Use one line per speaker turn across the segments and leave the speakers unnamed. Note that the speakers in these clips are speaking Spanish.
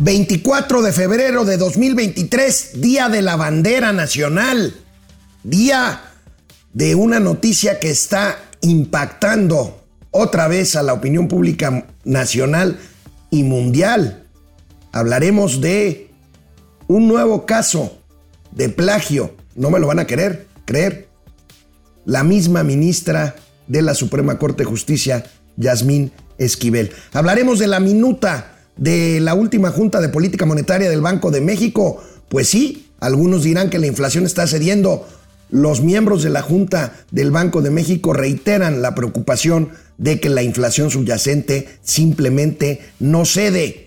24 de febrero de 2023, Día de la Bandera Nacional, día de una noticia que está impactando otra vez a la opinión pública nacional y mundial. Hablaremos de un nuevo caso de plagio, no me lo van a querer creer. La misma ministra de la Suprema Corte de Justicia, Yasmín Esquivel. Hablaremos de la minuta de la última Junta de Política Monetaria del Banco de México. Pues sí, algunos dirán que la inflación está cediendo. Los miembros de la Junta del Banco de México reiteran la preocupación de que la inflación subyacente simplemente no cede.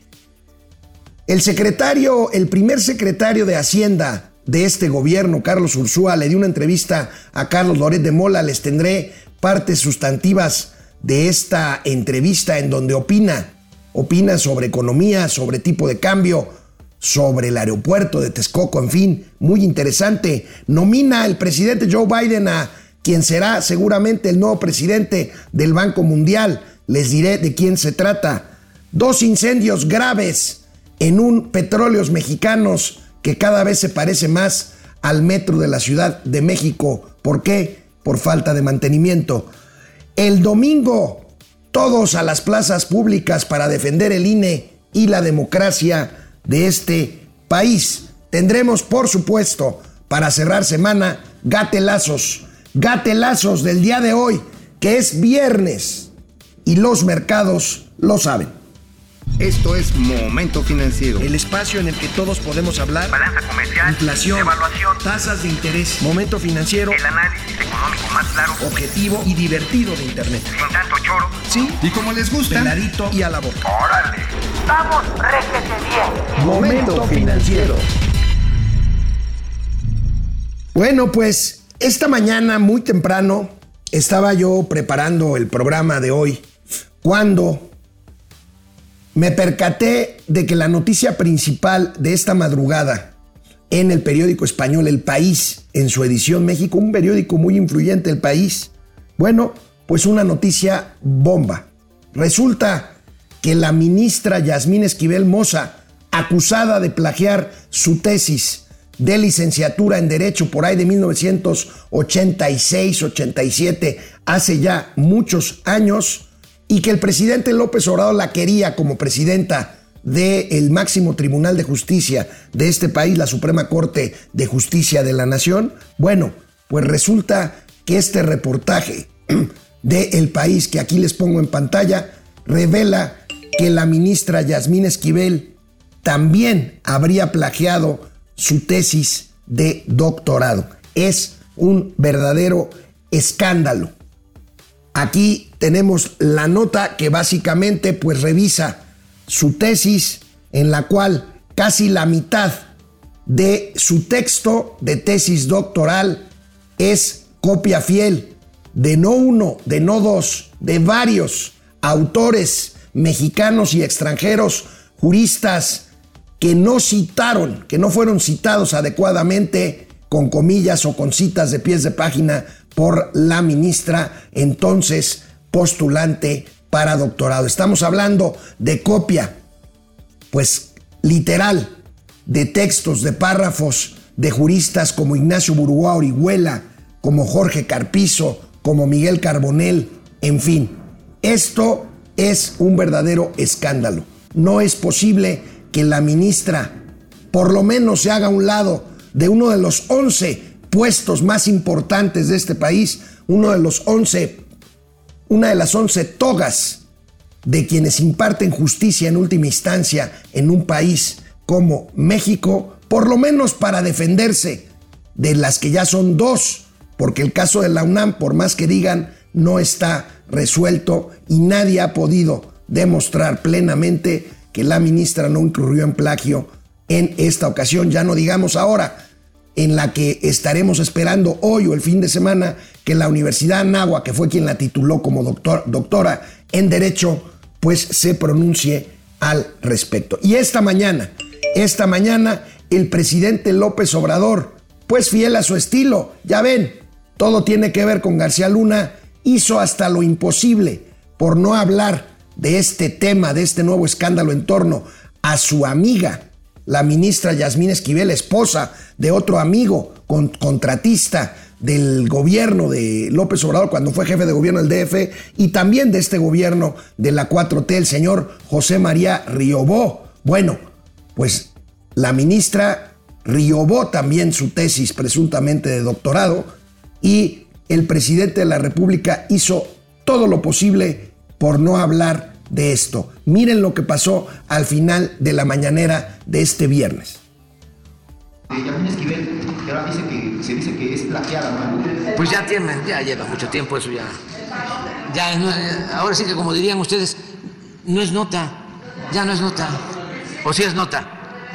El primer secretario de Hacienda de este gobierno, Carlos Ursúa, le dio una entrevista a Carlos Loret de Mola. Les tendré partes sustantivas de esta entrevista en donde opina sobre economía, sobre tipo de cambio, sobre el aeropuerto de Texcoco, en fin, muy interesante. Nomina el presidente Joe Biden a quien será seguramente el nuevo presidente del Banco Mundial. Les diré de quién se trata. 2 incendios graves en un Petróleos Mexicanos que cada vez se parece más al metro de la Ciudad de México. ¿Por qué? Por falta de mantenimiento. El domingo, todos a las plazas públicas para defender el INE y la democracia de este país. Tendremos, por supuesto, para cerrar semana, gatelazos del día de hoy, que es viernes, y los mercados lo saben.
Esto es Momento Financiero.
El espacio en el que todos podemos hablar.
Balanza comercial,
inflación,
evaluación,
tasas de interés. Momento Financiero.
El análisis económico más claro,
objetivo y divertido de Internet.
sin tanto choro.
Sí.
Y como les gusta,
Peladito y a la boca.
¡Órale! ¡Vamos, réjete bien!
Momento Financiero.
Bueno, pues esta mañana muy temprano estaba yo preparando el programa de hoy cuando me percaté de que la noticia principal de esta madrugada en el periódico español El País, en su edición México, un periódico muy influyente, El País, bueno, pues una noticia bomba. Resulta que la ministra Yasmín Esquivel Moza, acusada de plagiar su tesis de licenciatura en Derecho por ahí de 1986-87, hace ya muchos años, y que el presidente López Obrador la quería como presidenta del máximo tribunal de justicia de este país, la Suprema Corte de Justicia de la Nación. Bueno, pues resulta que este reportaje de El País, que aquí les pongo en pantalla, revela que la ministra Yasmín Esquivel también habría plagiado su tesis de doctorado. Es un verdadero escándalo. Aquí tenemos la nota que básicamente pues revisa su tesis, en la cual casi la mitad de su texto de tesis doctoral es copia fiel de no uno, de no dos, de varios autores mexicanos y extranjeros, juristas que no citaron, que no fueron citados adecuadamente con comillas o con citas de pies de página por la ministra, entonces postulante para doctorado. Estamos hablando de copia, pues literal, de textos, de párrafos de juristas como Ignacio Burgoa Orihuela, como Jorge Carpizo, como Miguel Carbonell, en fin. Esto es un verdadero escándalo. No es posible que la ministra por lo menos se haga a un lado de uno de los 11 puestos más importantes de este país, una de las 11 togas de quienes imparten justicia en última instancia en un país como México, por lo menos para defenderse de las que ya son 2, porque el caso de la UNAM, por más que digan, no está resuelto y nadie ha podido demostrar plenamente que la ministra no incurrió en plagio en esta ocasión, ya no digamos ahora, en la que estaremos esperando hoy o el fin de semana que la Universidad Anáhuac, que fue quien la tituló como doctora en Derecho, pues se pronuncie al respecto. Y esta mañana, el presidente López Obrador, pues fiel a su estilo, ya ven, todo tiene que ver con García Luna, hizo hasta lo imposible por no hablar de este tema, de este nuevo escándalo en torno a su amiga, la ministra Yasmín Esquivel, esposa de otro amigo contratista del gobierno de López Obrador cuando fue jefe de gobierno del DF y también de este gobierno de la 4T, el señor José María Riobó. Bueno, pues la ministra riobó también su tesis presuntamente de doctorado y el presidente de la República hizo todo lo posible por no hablar de esto. Miren lo que pasó al final de la mañanera de este viernes.
Yasmín Esquivel, que ahora se dice que es plagiada, ¿no?
Pues ya lleva mucho tiempo eso, ahora sí que como dirían ustedes, no es nota, ya no es nota, o sí es nota.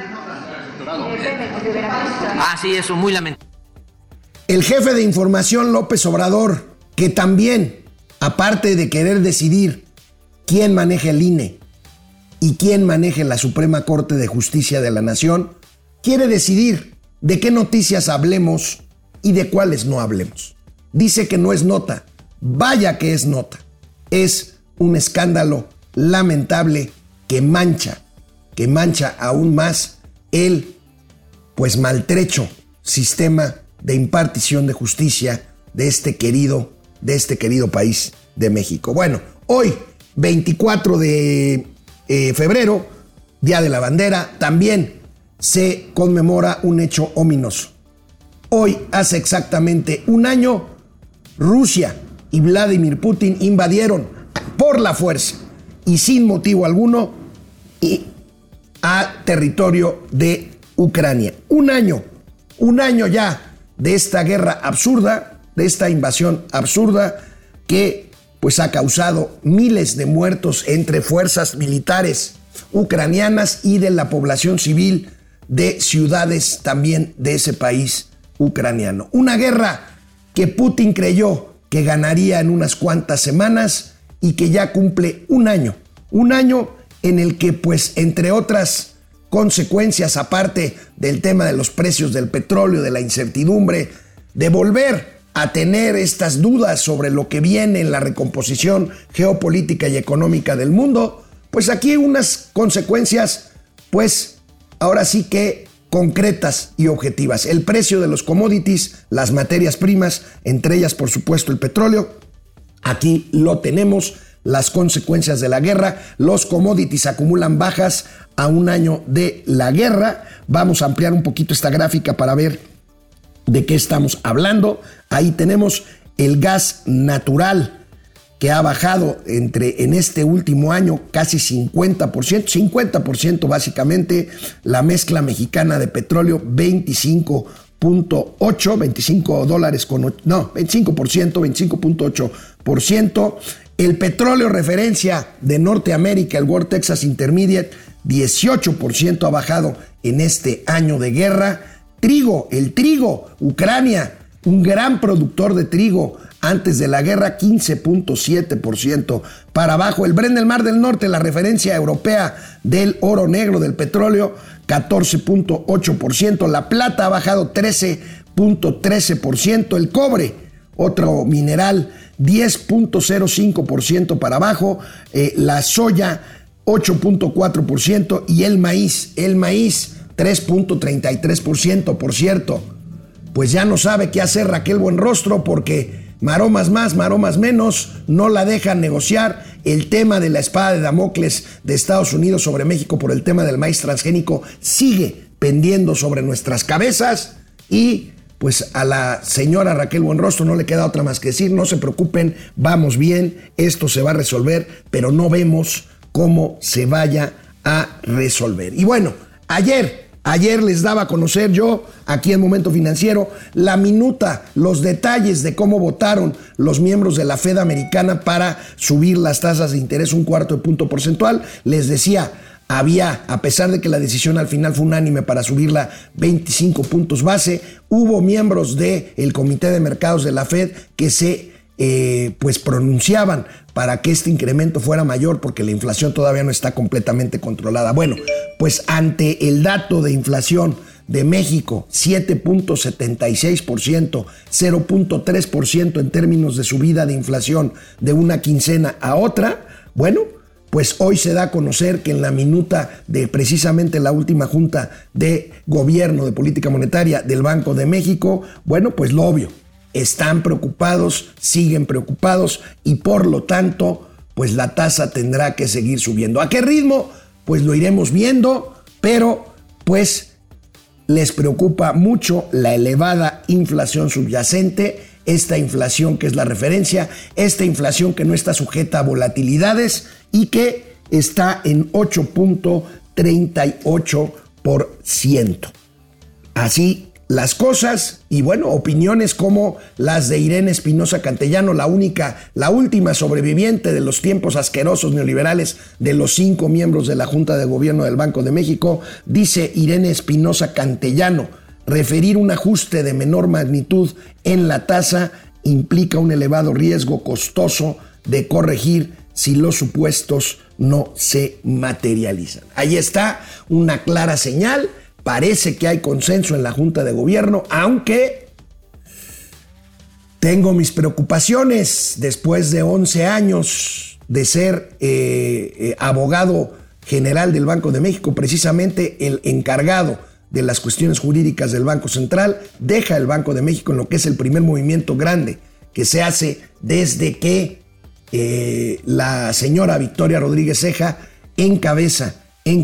Sí, eso, muy lamentable.
El jefe de información López Obrador, que también, aparte de querer decidir quién maneja el INE y quién maneja la Suprema Corte de Justicia de la Nación, quiere decidir de qué noticias hablemos y de cuáles no hablemos. Dice que no es nota. Vaya que es nota. Es un escándalo lamentable que mancha aún más el maltrecho sistema de impartición de justicia de este querido país de México. Bueno, hoy, 24 de febrero, Día de la Bandera, también se conmemora un hecho ominoso. Hoy, hace exactamente un año, Rusia y Vladimir Putin invadieron por la fuerza y sin motivo alguno a territorio de Ucrania. Un año ya de esta guerra absurda, de esta invasión absurda que pues ha causado miles de muertos entre fuerzas militares ucranianas y de la población civil de ciudades también de ese país ucraniano. Una guerra que Putin creyó que ganaría en unas cuantas semanas y que ya cumple un año en el que, pues, entre otras consecuencias, aparte del tema de los precios del petróleo, de la incertidumbre, de volver a tener estas dudas sobre lo que viene en la recomposición geopolítica y económica del mundo, pues aquí unas consecuencias, pues, ahora sí que concretas y objetivas. El precio de los commodities, las materias primas, entre ellas, por supuesto, el petróleo. Aquí lo tenemos, las consecuencias de la guerra. Los commodities acumulan bajas a un año de la guerra. Vamos a ampliar un poquito esta gráfica para ver de qué estamos hablando. Ahí tenemos el gas natural, que ha bajado en este último año casi 50% básicamente. La mezcla mexicana de petróleo, 25.8%. El petróleo referencia de Norteamérica, el West Texas Intermediate, 18% ha bajado en este año de guerra. El trigo, Ucrania, un gran productor de trigo, antes de la guerra, 15.7% para abajo. El Brent del Mar del Norte, la referencia europea del oro negro, del petróleo, 14.8%. La plata ha bajado 13.13%. El cobre, otro mineral, 10.05% para abajo. La soya, 8.4%. Y el maíz, 3.33%. Por cierto, pues ya no sabe qué hacer Raquel Buenrostro, porque maromas más, maromas menos, no la dejan negociar. El tema de la espada de Damocles de Estados Unidos sobre México por el tema del maíz transgénico sigue pendiendo sobre nuestras cabezas y pues a la señora Raquel Buenrostro no le queda otra más que decir: no se preocupen, vamos bien, esto se va a resolver, pero no vemos cómo se vaya a resolver. Y bueno, ayer les daba a conocer yo, aquí en Momento Financiero, la minuta, los detalles de cómo votaron los miembros de la Fed americana para subir las tasas de interés 1/4 punto porcentual. Les decía, a pesar de que la decisión al final fue unánime para subirla 25 puntos base, hubo miembros del Comité de Mercados de la Fed que se pronunciaban para que este incremento fuera mayor porque la inflación todavía no está completamente controlada. Bueno, pues ante el dato de inflación de México, 7.76%, 0.3% en términos de subida de inflación de una quincena a otra, bueno, pues hoy se da a conocer que en la minuta de precisamente la última Junta de Gobierno de Política Monetaria del Banco de México, bueno, pues lo obvio, están preocupados, siguen preocupados y por lo tanto, pues la tasa tendrá que seguir subiendo. ¿A qué ritmo? Pues lo iremos viendo, pero pues les preocupa mucho la elevada inflación subyacente, esta inflación que es la referencia, esta inflación que no está sujeta a volatilidades y que está en 8.38%. Así las cosas, y bueno, opiniones como las de Irene Espinosa Cantellano, la última sobreviviente de los tiempos asquerosos neoliberales de los 5 miembros de la Junta de Gobierno del Banco de México. Dice Irene Espinosa Cantellano: referir un ajuste de menor magnitud en la tasa implica un elevado riesgo costoso de corregir si los supuestos no se materializan. Ahí está una clara señal. Parece que hay consenso en la Junta de Gobierno, aunque tengo mis preocupaciones después de 11 años de ser abogado general del Banco de México, precisamente el encargado de las cuestiones jurídicas del Banco Central. Deja el Banco de México en lo que es el primer movimiento grande que se hace desde que la señora Victoria Rodríguez Ceja encabeza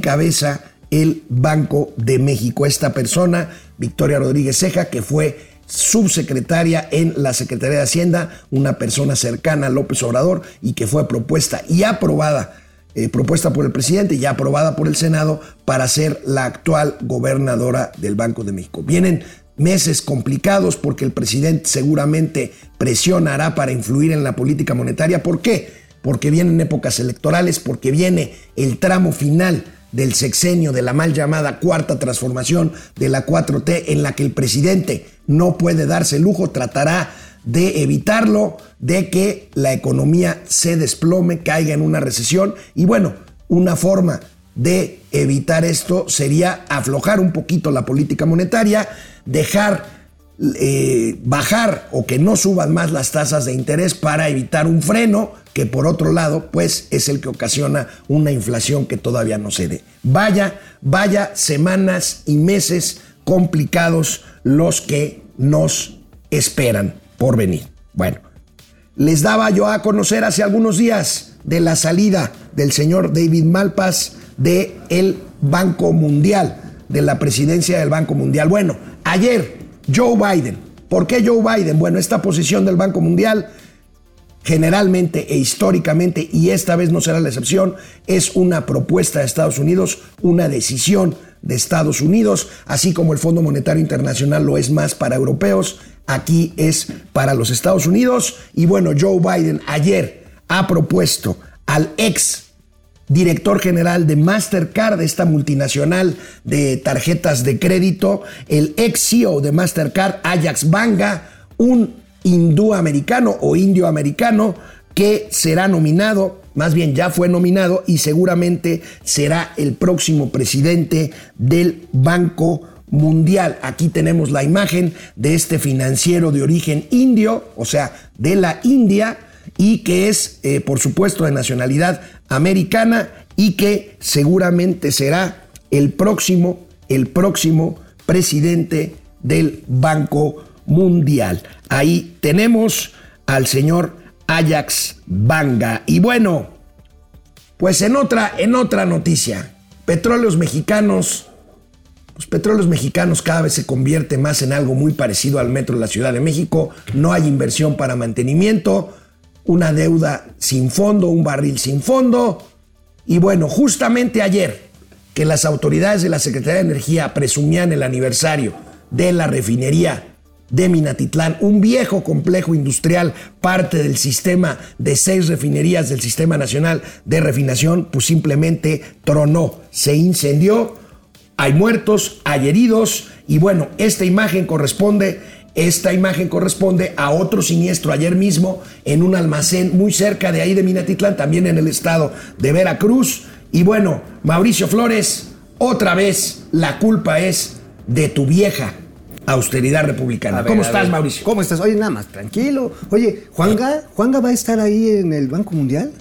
el Banco de México. Esta persona, Victoria Rodríguez Ceja, que fue subsecretaria en la Secretaría de Hacienda, una persona cercana a López Obrador y que fue propuesta y aprobada, propuesta por el presidente y aprobada por el Senado para ser la actual gobernadora del Banco de México. Vienen meses complicados porque el presidente seguramente presionará para influir en la política monetaria. ¿Por qué? Porque vienen épocas electorales, porque viene el tramo final del sexenio de la mal llamada cuarta transformación de la 4T, en la que el presidente no puede darse el lujo, tratará de evitarlo, de que la economía se desplome, caiga en una recesión. Y bueno, una forma de evitar esto sería aflojar un poquito la política monetaria, dejar bajar o que no suban más las tasas de interés para evitar un freno que por otro lado pues es el que ocasiona una inflación que todavía no cede. Vaya semanas y meses complicados los que nos esperan por venir. Bueno, les daba yo a conocer hace algunos días de la salida del señor David Malpass del Banco Mundial, de la presidencia del Banco Mundial. Bueno, ayer Joe Biden. ¿Por qué Joe Biden? Bueno, esta posición del Banco Mundial generalmente e históricamente, y esta vez no será la excepción, es una propuesta de Estados Unidos, una decisión de Estados Unidos, así como el Fondo Monetario Internacional lo es más para europeos, aquí es para los Estados Unidos. Y bueno, Joe Biden ayer ha propuesto al ex director general de Mastercard, de esta multinacional de tarjetas de crédito, el ex CEO de Mastercard, Ajax Banga, un hindú-americano o indio-americano que será nominado, más bien ya fue nominado y seguramente será el próximo presidente del Banco Mundial. Aquí tenemos la imagen de este financiero de origen indio, o sea, de la India, y que es, por supuesto, de nacionalidad americana y que seguramente será el próximo presidente del Banco Mundial. Ahí tenemos al señor Ajax Banga. Y bueno, pues en otra noticia, Petróleos Mexicanos cada vez se convierte más en algo muy parecido al metro de la Ciudad de México. No hay inversión para mantenimiento, una deuda sin fondo, un barril sin fondo. Y bueno, justamente ayer que las autoridades de la Secretaría de Energía presumían el aniversario de la refinería de Minatitlán, un viejo complejo industrial, parte del sistema de 6 refinerías del Sistema Nacional de Refinación, pues simplemente tronó, se incendió, hay muertos, hay heridos. Y bueno, esta imagen corresponde a otro siniestro ayer mismo en un almacén muy cerca de ahí de Minatitlán, también en el estado de Veracruz. Y bueno, Mauricio Flores, otra vez la culpa es de tu vieja austeridad republicana. ¿Cómo estás, Mauricio?
¿Cómo estás? Oye, nada más, tranquilo. Oye, ¿Juanga va a estar ahí en el Banco Mundial?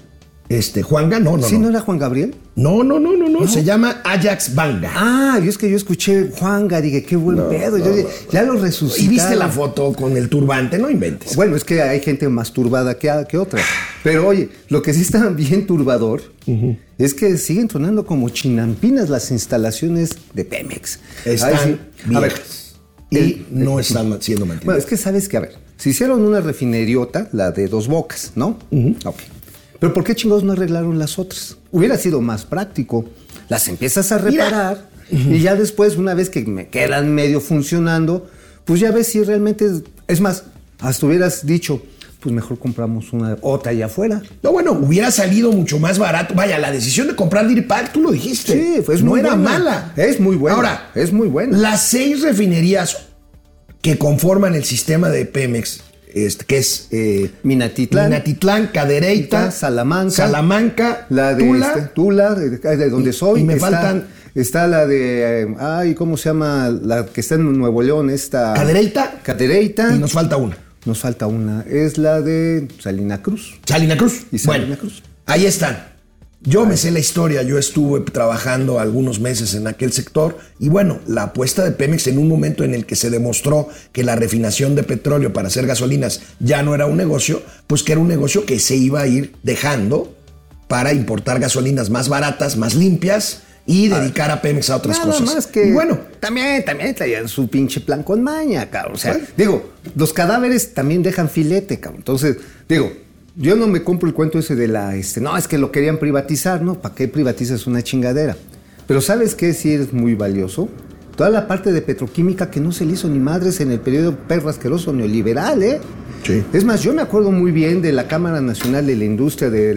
Juanga, no.
¿Sí no era Juan Gabriel?
No. Se llama Ajax Banga.
Ah, y es que yo escuché Juanga, dije, qué buen pedo. Yo dije, ya lo resucitaron.
Y viste la foto con el turbante, no inventes.
Bueno, es que hay gente más turbada que otra. Pero oye, lo que sí está bien turbador es que siguen sonando como chinampinas las instalaciones de Pemex.
Están
a ver,
y no están siendo mantenidas.
Bueno, es que sabes que, a ver, se hicieron una refineriota, la de Dos Bocas, ¿no? Ok. Pero ¿por qué chingados no arreglaron las otras? Hubiera sido más práctico. Las empiezas a reparar y ya después, una vez que me quedan medio funcionando, pues ya ves si realmente... Es más, hasta hubieras dicho, pues mejor compramos otra allá afuera.
No, bueno, hubiera salido mucho más barato. Vaya, la decisión de comprar Deer Park, tú lo dijiste.
Sí, pues
no
muy
era
buena.
mala.
Es muy buena.
Ahora,
es muy buena.
Las 6 refinerías que conforman el sistema de Pemex, que es Minatitlán, Cadereyta, Salamanca,
la de
Tula,
de donde soy.
Y me faltan.
Está la de, ¿cómo se llama? La que está en Nuevo León, Cadereyta.
Y nos falta una.
Es la de Salina Cruz.
Bueno, ahí están. Yo me sé la historia, yo estuve trabajando algunos meses en aquel sector y bueno, la apuesta de Pemex en un momento en el que se demostró que la refinación de petróleo para hacer gasolinas ya no era un negocio, pues que era un negocio que se iba a ir dejando para importar gasolinas más baratas, más limpias y dedicar a Pemex a otras cosas.
Más que,
y bueno,
también traían su pinche plan con maña, cabrón. O sea, digo, los cadáveres también dejan filete, cabrón. Entonces, digo, yo no me compro el cuento ese de no, es que lo querían privatizar, ¿no? ¿Para qué privatizas una chingadera? Pero ¿sabes qué sí es muy valioso? Toda la parte de petroquímica que no se le hizo ni madres en el periodo perro asqueroso neoliberal, ¿eh?
Sí.
Es más, yo me acuerdo muy bien de la Cámara Nacional de la Industria de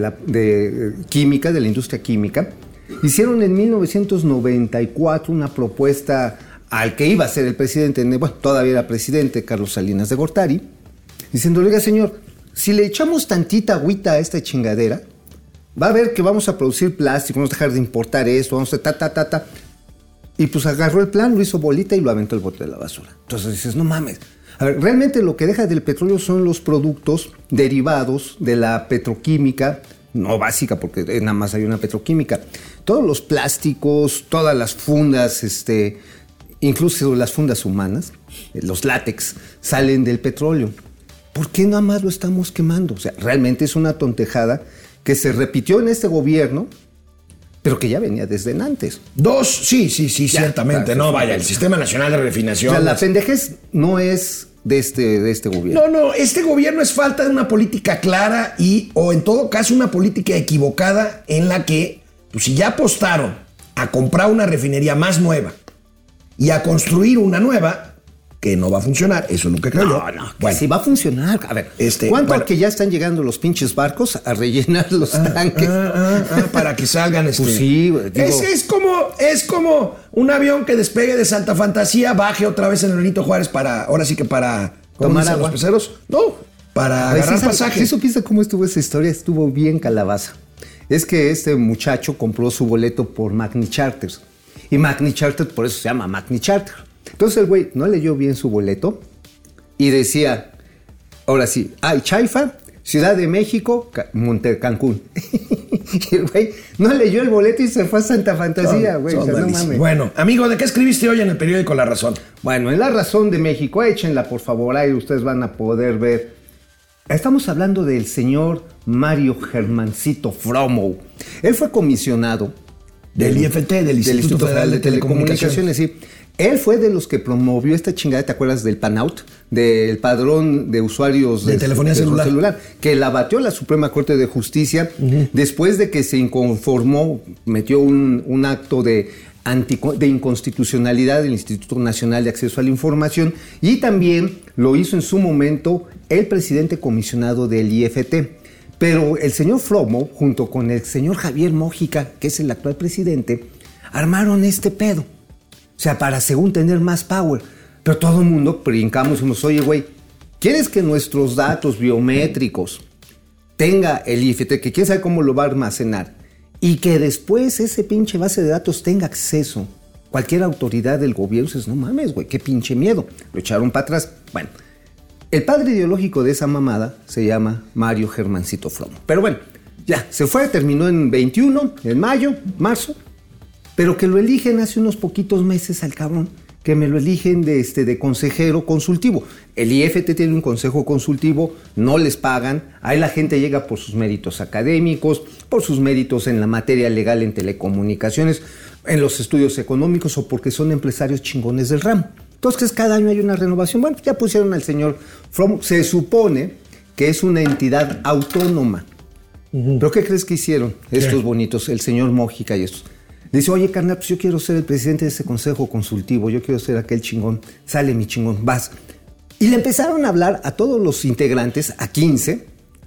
la Industria Química. Hicieron en 1994 una propuesta al que iba a ser el presidente, bueno, todavía era presidente, Carlos Salinas de Gortari, diciendo, oiga, señor, si le echamos tantita agüita a esta chingadera, va a ver que vamos a producir plástico, vamos a dejar de importar esto, vamos a Y pues agarró el plan, lo hizo bolita y lo aventó el bote de la basura. Entonces dices, no mames. A ver, realmente lo que deja del petróleo son los productos derivados de la petroquímica, no básica, porque nada más hay una petroquímica. Todos los plásticos, todas las fundas, incluso las fundas humanas, los látex, salen del petróleo. ¿Por qué nada más lo estamos quemando? O sea, realmente es una tontejada que se repitió en este gobierno, pero que ya venía desde antes.
Sí, ciertamente. Claro, no, vaya, el Sistema Nacional de Refinación.
O sea, la pendejez no es de este gobierno.
No, este gobierno es falta de una política clara o en todo caso una política equivocada en la que, pues si ya apostaron a comprar una refinería más nueva y a construir una nueva, que no va a funcionar, eso es lo que creo yo.
No, bueno, sí va a funcionar. A ver, ¿cuánto que ya están llegando los pinches barcos a rellenar los tanques?
Para que salgan.
Pues sí, digo,
es como un avión que despegue de Santa Fantasía, baje otra vez en el Benito Juárez para
tomar agua.
Los peceros. No, para agarrar pasaje.
¿Sí supiste cómo estuvo esa historia? Estuvo bien calabaza. Es que este muchacho compró su boleto por Magni Charters. Y Magni Charter, por eso se llama Magni Charter. Entonces el güey no leyó bien su boleto y decía, ahora sí, Chaifa, Ciudad de México, Cancún. Y el güey no leyó el boleto y se fue a Santa Fantasía, güey. O sea, no mames.
Bueno, amigo, ¿de qué escribiste hoy en el periódico La Razón?
Bueno, en La Razón de México, échenla por favor, ahí ustedes van a poder ver. Estamos hablando del señor Mario Germancito Fromo. Él fue comisionado
del IFT, del Instituto Federal de Telecomunicaciones,
sí. Él fue de los que promovió esta chingada, ¿te acuerdas del PANOUT? Del padrón de usuarios
de telefonía celular,
que la batió la Suprema Corte de Justicia después de que se inconformó, metió un acto de inconstitucionalidad del Instituto Nacional de Acceso a la Información, y también lo hizo en su momento el presidente comisionado del IFT. Pero el señor Fromo, junto con el señor Javier Mójica, que es el actual presidente, armaron este pedo. O sea, para según tener más power. Pero todo el mundo brincamos y nos, oye, güey, ¿quieres que nuestros datos biométricos tenga el IFT, que quién sabe cómo lo va a almacenar, y que después ese pinche base de datos tenga acceso cualquier autoridad del gobierno? Dices, no mames, güey, qué pinche miedo. Lo echaron para atrás. Bueno, el padre ideológico de esa mamada se llama Mario Germancito Fromo. Pero bueno, Ya, se fue, terminó en 21, en marzo, pero que lo eligen hace unos poquitos meses al cabrón, que me lo eligen de consejero consultivo. El IFT tiene un consejo consultivo, no les pagan, ahí la gente llega por sus méritos académicos, por sus méritos en la materia legal en telecomunicaciones, en los estudios económicos o porque son empresarios chingones del ramo. Entonces cada año hay una renovación. Bueno, ya pusieron al señor Fromo, se supone que es una entidad autónoma. ¿Pero qué crees que hicieron estos bonitos, el señor Mójica y estos? Dice, oye, carnal, pues yo quiero ser el presidente de ese consejo consultivo, yo quiero ser aquel chingón, sale mi chingón, vas. Y le empezaron a hablar a todos los integrantes, a 15,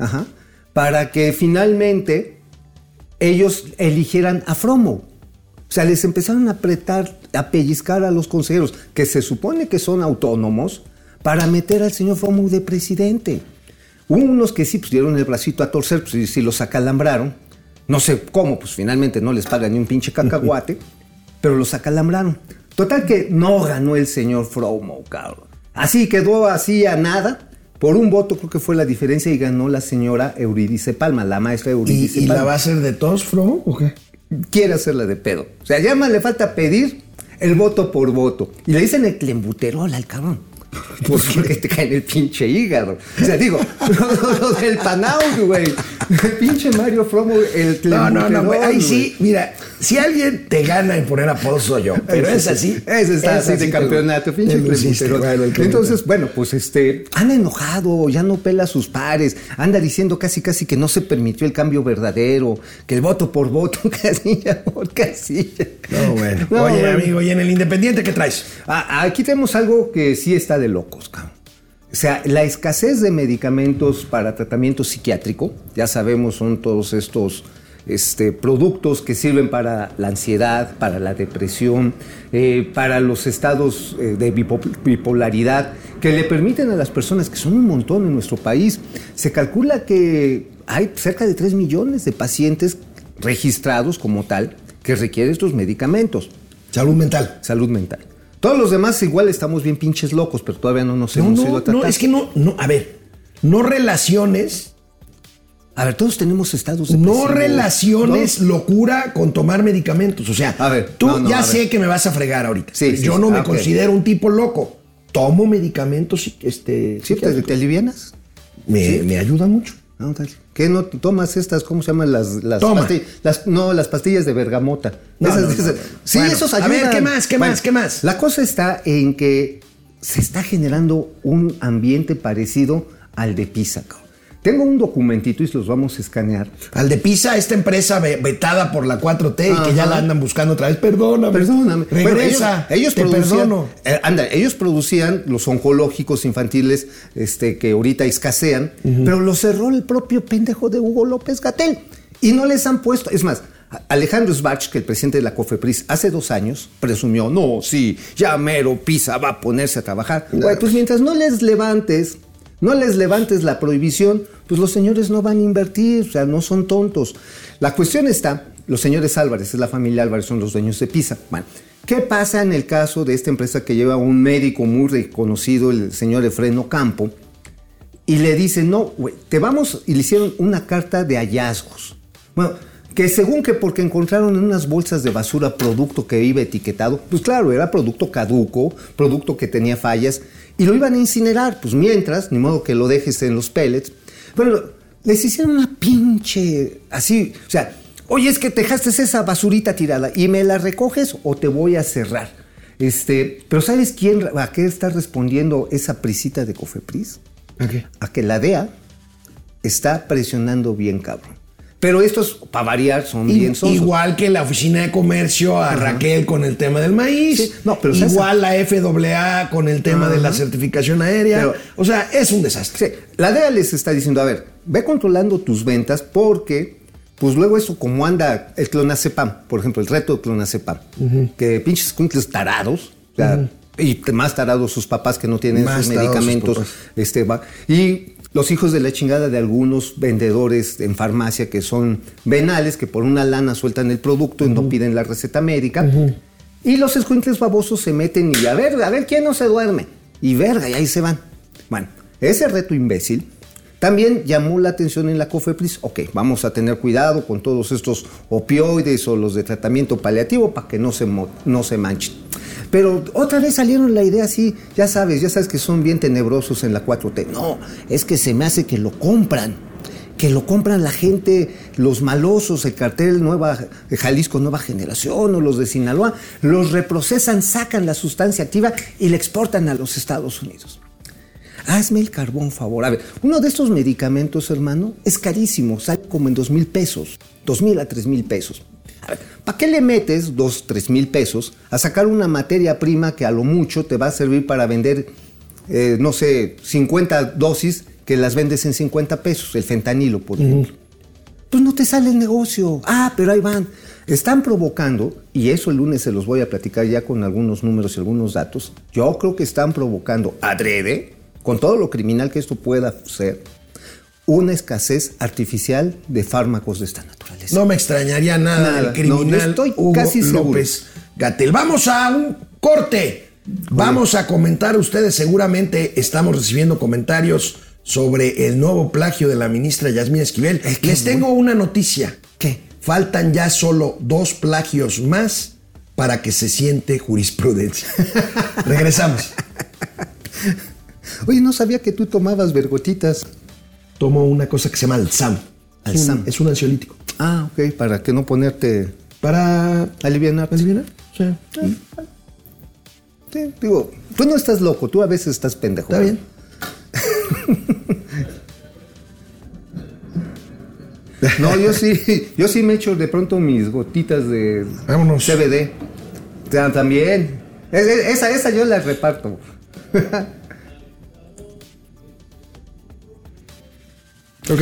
para que finalmente ellos eligieran a Fromo. O sea, les empezaron a apretar, a pellizcar a los consejeros, que se supone que son autónomos, para meter al señor Fromo de presidente. Hubo unos que sí, pues dieron el bracito a torcer, pues sí los acalambraron. No sé cómo, pues finalmente no les pagan ni un pinche cacahuate, pero los acalambraron. Total que no ganó el señor Fromo, cabrón. Así quedó así a nada. Por un voto creo que fue la diferencia y ganó la señora Eurídice Palma, la maestra Eurídice Palma.
¿Y la va a hacer de todos, Fromo, o qué?
Quiere hacerla de pedo. O sea, ya más le falta pedir el voto por voto. Y le dicen el clembuterol al cabrón. Porque te cae en el pinche hígado. O sea, digo, lo del Panaut, güey. El pinche Mario Fromo, el clembuterol.
No, güey. Ahí sí, mira, si alguien te gana en poner apodo soy yo. Pero es así.
Ese está así de campeonato, pinche clembuterol. Entonces, bueno, pues anda enojado, ya no pela a sus pares, anda diciendo casi que no se permitió el cambio verdadero, que el voto por voto, casilla por casilla.
No, bueno. Oye, amigo, ¿y en el Independiente qué traes?
Aquí tenemos algo que sí está de locos, cabrón. O sea, la escasez de medicamentos para tratamiento psiquiátrico, ya sabemos, son todos estos productos que sirven para la ansiedad, para la depresión, para los estados de bipolaridad, que le permiten a las personas, que son un montón en nuestro país, se calcula que hay cerca de 3 millones de pacientes registrados como tal que requieren estos medicamentos.
Salud mental.
Salud mental. Todos los demás igual estamos bien pinches locos, pero todavía no nos hemos ido a tratar.
No, es que no, a ver, no relaciones.
A ver, todos tenemos estados depresivos.
No relaciones locura con tomar medicamentos. O sea,
a ver,
tú sé que me vas a fregar ahorita.
Sí,
yo no me considero un tipo loco. Tomo medicamentos.
¿Sí, te alivianas?
Me ayuda mucho.
¿Qué no tomas estas? ¿Cómo se llaman las pastillas? Las pastillas de bergamota. Sí, bueno, esos ayudan.
A ver, ¿qué más?
La cosa está en que se está generando un ambiente parecido al de Pisa, cabrón. Tengo un documentito y los vamos a escanear.
Al de Pisa, esta empresa vetada por la 4T y que ya la andan buscando otra vez. Perdóname. Regresa.
Bueno, ellos
te perdono.
Ellos producían los oncológicos infantiles que ahorita escasean, pero los cerró el propio pendejo de Hugo López-Gatell. Y no les han puesto. Es más, Alejandro Sbarch, que el presidente de la COFEPRIS hace 2 años presumió, ya mero Pisa va a ponerse a trabajar. Bueno, pues mientras no les levantes la prohibición, pues los señores no van a invertir, o sea, no son tontos. La cuestión está, los señores Álvarez, es la familia Álvarez, son los dueños de Pisa. Bueno, ¿qué pasa en el caso de esta empresa que lleva un médico muy reconocido, el señor Efreno Campo, y le dicen, y le hicieron una carta de hallazgos? Bueno, que según que porque encontraron en unas bolsas de basura producto que iba etiquetado, pues claro, era producto caduco, producto que tenía fallas, y lo iban a incinerar, pues mientras, ni modo que lo dejes en los pellets. Bueno, les hicieron una pinche, así, o sea, oye, es que te dejaste esa basurita tirada y me la recoges o te voy a cerrar. Pero ¿sabes a qué está respondiendo esa prisita de Cofepris?
¿A qué?
A que la DEA está presionando bien, cabrón. Pero estos, para variar, son bien sonsos.
Igual que la Oficina de Comercio a Raquel con el tema del maíz.
Sí. No, pero
igual la FAA con el tema de la certificación aérea. Pero, o sea, es un desastre.
Sí. La DEA les está diciendo, a ver, ve controlando tus ventas porque, pues luego eso como anda el clonazepam, por ejemplo, el reto de clonazepam, que pinches cuincles tarados, o sea, y más tarados sus papás que no tienen esos medicamentos. Y los hijos de la chingada de algunos vendedores en farmacia que son venales, que por una lana sueltan el producto y no piden la receta médica. Y los escuincles babosos se meten y a ver quién no se duerme. Y verga, y ahí se van. Bueno, ese reto imbécil También llamó la atención en la COFEPRIS, ok, vamos a tener cuidado con todos estos opioides o los de tratamiento paliativo para que no se manchen. Pero otra vez salieron la idea así, ya sabes que son bien tenebrosos en la 4T. No, es que se me hace que lo compran la gente, los malosos, el cartel Jalisco Nueva Generación o los de Sinaloa, los reprocesan, sacan la sustancia activa y la exportan a los Estados Unidos. Hazme el carbón favor. A ver, uno de estos medicamentos, hermano, es carísimo, sale como en 2,000 pesos, 2,000 a 3,000 pesos. A ver, ¿para qué le metes 2, 3,000 pesos a sacar una materia prima que a lo mucho te va a servir para vender, 50 dosis que las vendes en 50 pesos, el fentanilo, por ejemplo? Pues no te sale el negocio. Pero ahí van. Están provocando, y eso el lunes se los voy a platicar ya con algunos números y algunos datos, yo creo que están provocando adrede, con todo lo criminal que esto pueda ser, una escasez artificial de fármacos de esta naturaleza.
No me extrañaría nada del criminal
estoy
Hugo
casi
López-Gatell. Vamos a un corte. Vamos a comentar, ustedes seguramente estamos recibiendo comentarios sobre el nuevo plagio de la ministra Yasmín Esquivel. Les tengo una noticia.
¿Qué?
Faltan ya solo 2 plagios más para que se siente jurisprudencia. Regresamos.
Oye, no sabía que tú tomabas vergotitas.
Tomo una cosa que se llama Alzam. Es un ansiolítico.
Ok, para que no ponerte...
Para
alivianar.
¿Alivianar? Sí.
Sí, digo, tú no estás loco, tú a veces estás pendejo.
Está bien.
No, yo sí me echo de pronto mis gotitas de
Vámonos.
CBD. También. Esa yo la reparto.
¿Ok?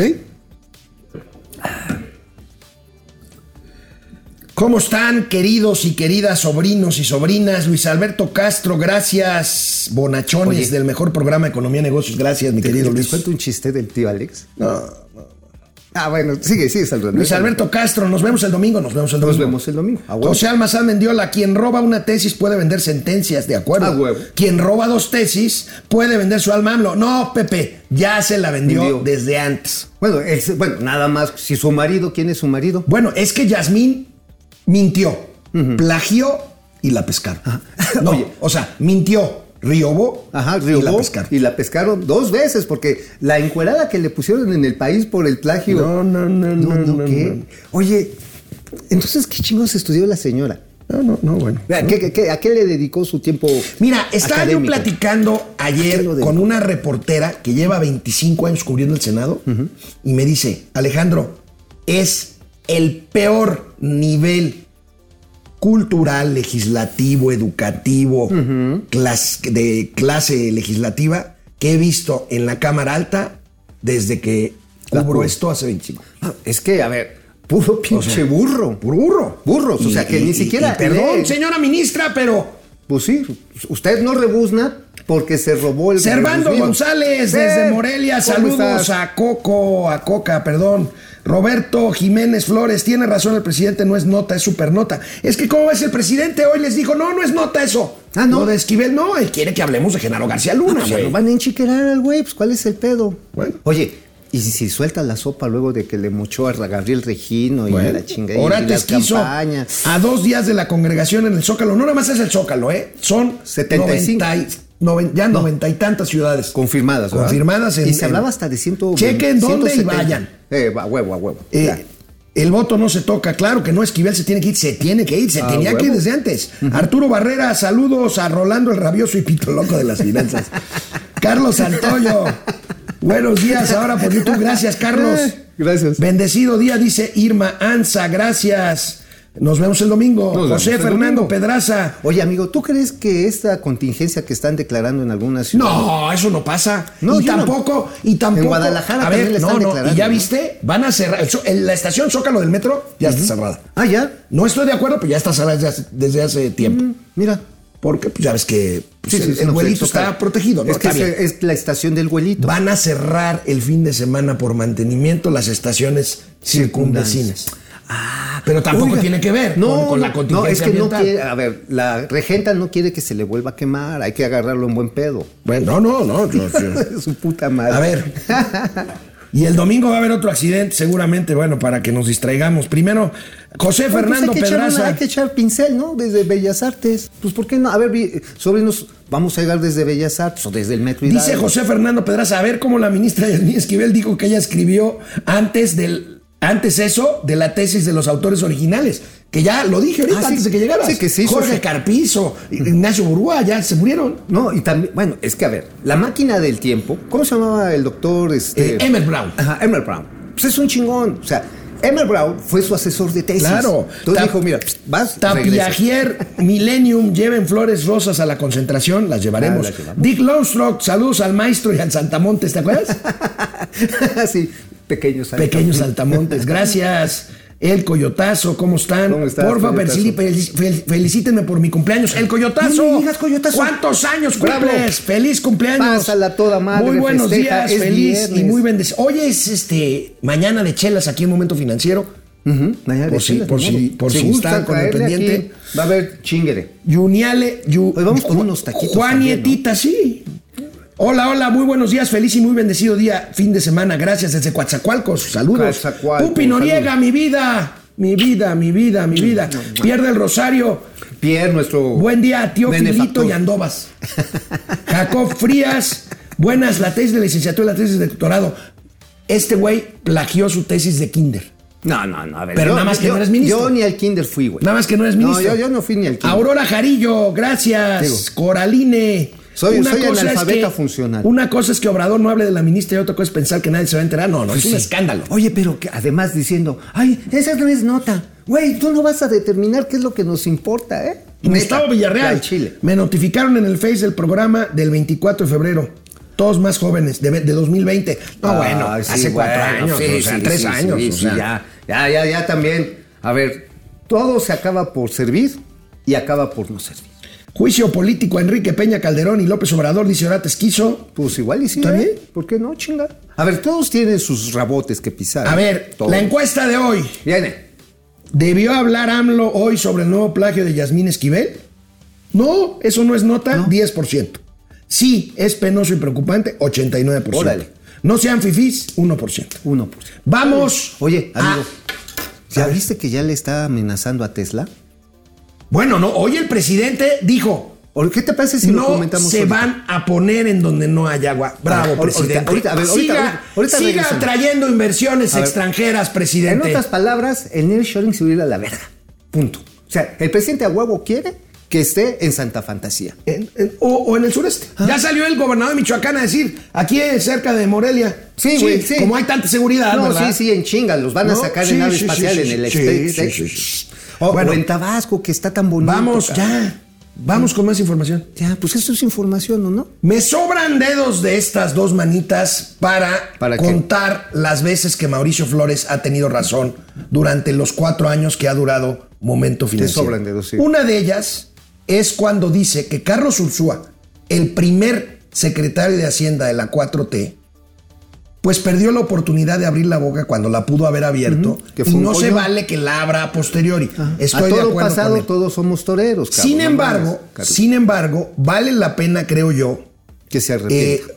¿Cómo están, queridos y queridas sobrinos y sobrinas? Luis Alberto Castro, gracias. Bonachones del mejor programa de Economía y Negocios. Gracias, mi querido Luis.
¿Te cuento un chiste del tío Alex?
No.
Bueno, sigue saludando.
Luis Alberto Castro, nos vemos el domingo. Nos vemos el domingo.
José
Almazán Mendiola, quien roba una tesis puede vender sentencias, de acuerdo.
A huevo.
Quien roba 2 tesis puede vender su alma AMLO. No, Pepe, ya se la vendió desde antes.
Bueno, nada más, si su marido, ¿quién es su marido?
Bueno, es que Yasmín mintió, plagió y la pescaron. No, oye, o sea, mintió, riobó
y la pescaron 2 veces, porque la encuerada que le pusieron en El País por el plagio. No, ¿qué? Oye, entonces, ¿qué chingos estudió la señora?
No, bueno.
¿A qué le dedicó su tiempo?
Mira, estaba
académico?
yo platicando ayer con una reportera que lleva 25 años cubriendo el Senado y me dice, Alejandro, es el peor nivel cultural, legislativo, educativo, de clase legislativa que he visto en la Cámara Alta desde que cubro esto hace 25.
Es que, a ver, puro pinche burro.
Puro burro.
Burros, o sea, que ni siquiera...
perdón, señora ministra, pero...
Pues sí, usted no rebuzna porque se robó el...
Servando González, desde Morelia, saludos a Coca, perdón. Roberto Jiménez Flores, tiene razón el presidente, no es nota, es supernota. Es que ¿cómo ves? El presidente hoy les dijo, no es nota eso.
¿No?
Lo de Esquivel, no, él quiere que hablemos de Genaro García Luna, güey.
Van a enchiquerar al güey, pues ¿cuál es el pedo?
Bueno.
Oye, ¿y si suelta la sopa luego de que le mochó a Gabriel Regino y la chingada?
Orates quiso a 2 días de la congregación en el Zócalo. No nada más es el Zócalo, son
75.
90 y tantas ciudades.
Confirmadas, ¿verdad?
Confirmadas.
Y se hablaba hasta de 120.
Chequen dónde
170.
y vayan.
A huevo.
El voto no se toca. Claro que no, Esquivel se tiene que ir. Se tenía que ir desde antes. Arturo Barrera, saludos a Rolando el Rabioso y Pito Loco de las finanzas. Carlos Santoyo, buenos días ahora por YouTube. Gracias, Carlos.
Gracias.
Bendecido día, dice Irma Anza. Gracias. Nos vemos el domingo. José Fernando Pedraza.
Oye, amigo, ¿tú crees que esta contingencia que están declarando en algunas ciudades?
No, eso no pasa.
No,
y tampoco.
En Guadalajara también le están declarando.
Y ya viste, van a cerrar. La estación Zócalo del metro ya está cerrada.
¿Ya?
No estoy de acuerdo, pero ya está cerrada desde hace tiempo.
Mira.
Porque pues, ya ves que el güelito está protegido, ¿no?
Es que es la estación del güelito.
Van a cerrar el fin de semana por mantenimiento las estaciones circunvecinas. Pero tampoco tiene que ver con la contingencia
es que
ambiental.
no quiere, a ver, la regenta no quiere que se le vuelva a quemar, hay que agarrarlo en buen pedo.
Bueno, no.
Su puta madre.
A ver, Y el domingo va a haber otro accidente, seguramente, bueno, para que nos distraigamos. Primero, José Fernando Pedraza.
Hay que echar pincel, ¿no? Desde Bellas Artes. Pues, ¿por qué no? A ver, sobrinos, vamos a llegar desde Bellas Artes o desde el Metro Hidalgo.
Dice José Fernando Pedraza, a ver cómo la ministra Yasmín Esquivel dijo que ella escribió antes eso de la tesis de los autores originales. Que ya lo dije ahorita, antes de que llegaras.
Sí, que sí.
Jorge Carpizo, Ignacio Burúa, ya se murieron.
No, y también, bueno, es que a ver, la máquina del tiempo, ¿cómo se llamaba el doctor?
Emmett Brown.
Ajá, Emmett Brown. Pues es un chingón. O sea, Emmett Brown fue su asesor de tesis.
Claro.
Entonces dijo, mira, vas,
Tapiagier, Millennium, lleven flores rosas a la concentración, las llevaremos.
Las llevamos.
Dick Longstrok, saludos al maestro y al Saltamontes, ¿te acuerdas?
Sí, pequeños
Saltamontes, gracias. El Coyotazo, ¿cómo están?
¿Cómo estás,
Porfa,
Coyotazo?
felicítenme por mi cumpleaños. El Coyotazo.
No me digas, Coyotazo.
¿Cuántos años
Bravo.
cumples? Feliz cumpleaños.
Pásala toda madre.
Muy buenos
festeja,
días,
es
feliz
viernes.
y muy bendecido. Hoy es mañana de chelas aquí en Momento Financiero. Por si están con el pendiente.
Aquí va a haber chingere.
Yuniale,
Hoy vamos con unos taquitos
Juanietita, sí. Hola, muy buenos días, feliz y muy bendecido día, fin de semana, gracias desde Coatzacoalcos, saludos.
Coatzacoalcos,
Pupi Noriega,
saludos.
mi vida. Pierre del Rosario.
Pierre, nuestro
Buen día, tío
benefactor.
Filito y Andovas. Jacob Frías, buenas, la tesis de licenciatura y la tesis de doctorado. Este güey plagió su tesis de kinder.
No, a ver.
Pero nada más que no eres ministro.
Yo ni al kinder fui, güey.
Nada más que no eres ministro.
No, yo no fui ni al kinder.
Aurora Jarillo, gracias.
Digo,
Coraline.
Soy
Una cosa
analfabeta
es que,
funcional.
Una cosa es que Obrador no hable de la ministra y otra cosa es pensar que nadie se va a enterar. No, es un escándalo.
Oye, pero que además diciendo, ay, esa no es nota. Güey, tú no vas a determinar qué es lo que nos importa, ¿eh?
Gustavo
Neta,
Villarreal.
al Chile.
Me notificaron en el Face del programa del 24 de febrero. Todos más jóvenes, de 2020. No, bueno,
Ay, sí,
hace 4 años,
sí,
o sea,
sí,
3
sí,
años.
sí,
o sea.
ya también. A ver, todo se acaba por servir y acaba por no servir.
Juicio político a Enrique Peña Calderón y López Obrador, dice Orates Quiso.
Pues igual y sí.
¿También?
¿Por qué no, chinga? A ver, todos tienen sus rabotes que pisar.
A ver,
todos.
la encuesta de hoy.
Viene.
¿Debió hablar AMLO hoy sobre el nuevo plagio de Yasmín Esquivel? No, eso no es nota,
No.
10%. Sí, es penoso y preocupante, 89%.
Órale.
No sean fifís, 1%.
1%.
Vamos.
Oye, amigo, ¿ya
a ver.
viste que ya le está amenazando a Tesla?
Bueno, no, hoy el presidente dijo,
¿O qué te parece si lo
no
comentamos
se
ahorita?
van a poner en donde no hay agua. Bravo,
Ahorita,
presidente.
ahorita, a ver, ahorita
siga
regresamos.
trayendo inversiones
A ver.
extranjeras,
En
presidente.
otras palabras, el nearshoring se va a ir a la verga. Punto. O sea, el presidente a huevo quiere que esté en Santa Fantasía.
O en el sureste. Ya salió el gobernador de Michoacán a decir, aquí cerca de Morelia.
Sí, güey, sí.
Como hay tanta seguridad,
No,
¿verdad?
sí, en chinga, los van a
No,
sacar
sí,
en nave
sí,
espacial
sí,
en el
sí,
SpaceX.
sí, sí.
O
Bueno.
en Tabasco, que está tan bonito.
Vamos,
cabrón.
ya. Vamos con más información.
Ya, pues eso es información, ¿o no?
Me sobran dedos de estas dos manitas
¿Para qué?
contar las veces que Mauricio Flores ha tenido razón durante los 4 años que ha durado Momento Financiero.
sobran dedos, sí.
Una de ellas es cuando dice que Carlos Ursúa, el primer secretario de Hacienda de la 4T, pues perdió la oportunidad de abrir la boca cuando la pudo haber abierto,
que
y
fue un
no se
pollo.
vale que la abra a posteriori. Estoy
a
de
todo
acuerdo
pasado
con él.
todos somos toreros, cabrón.
Sin embargo, vale la pena, creo yo,
que se arrepienta.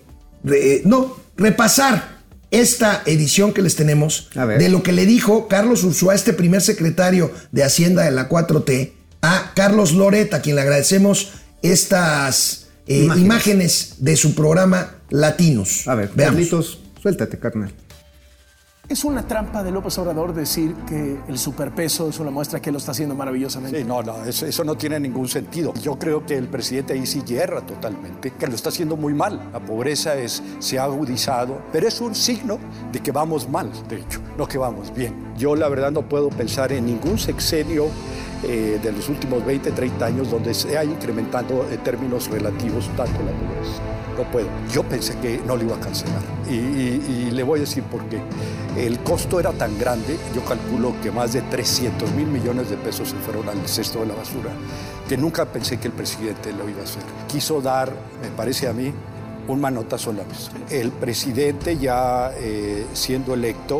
repasar esta edición que les tenemos
A ver.
de lo que le dijo Carlos Ursúa, este primer secretario de Hacienda de la 4T, a Carlos Loret, a quien le agradecemos estas imágenes de su programa Latinos.
A ver,
veamos.
Carlitos, suéltate, carnal.
¿Es una trampa de López Obrador decir que el superpeso es una muestra que lo está haciendo maravillosamente?
Sí, no, eso no tiene ningún sentido. Yo creo que el presidente ahí sí hierra totalmente, que lo está haciendo muy mal. La pobreza se ha agudizado, pero es un signo de que vamos mal, de hecho, no que vamos bien. Yo la verdad no puedo pensar en ningún sexenio de los últimos 20, 30 años donde se ha incrementado en términos relativos tanto la pobreza. No puedo. Yo pensé que no lo iba a cancelar. Y le voy a decir por qué. El costo era tan grande, yo calculo que más de 300,000 millones de pesos se fueron al cesto de la basura, que nunca pensé que el presidente lo iba a hacer. Quiso dar, me parece a mí, un manotazo en la mesa. El presidente ya siendo electo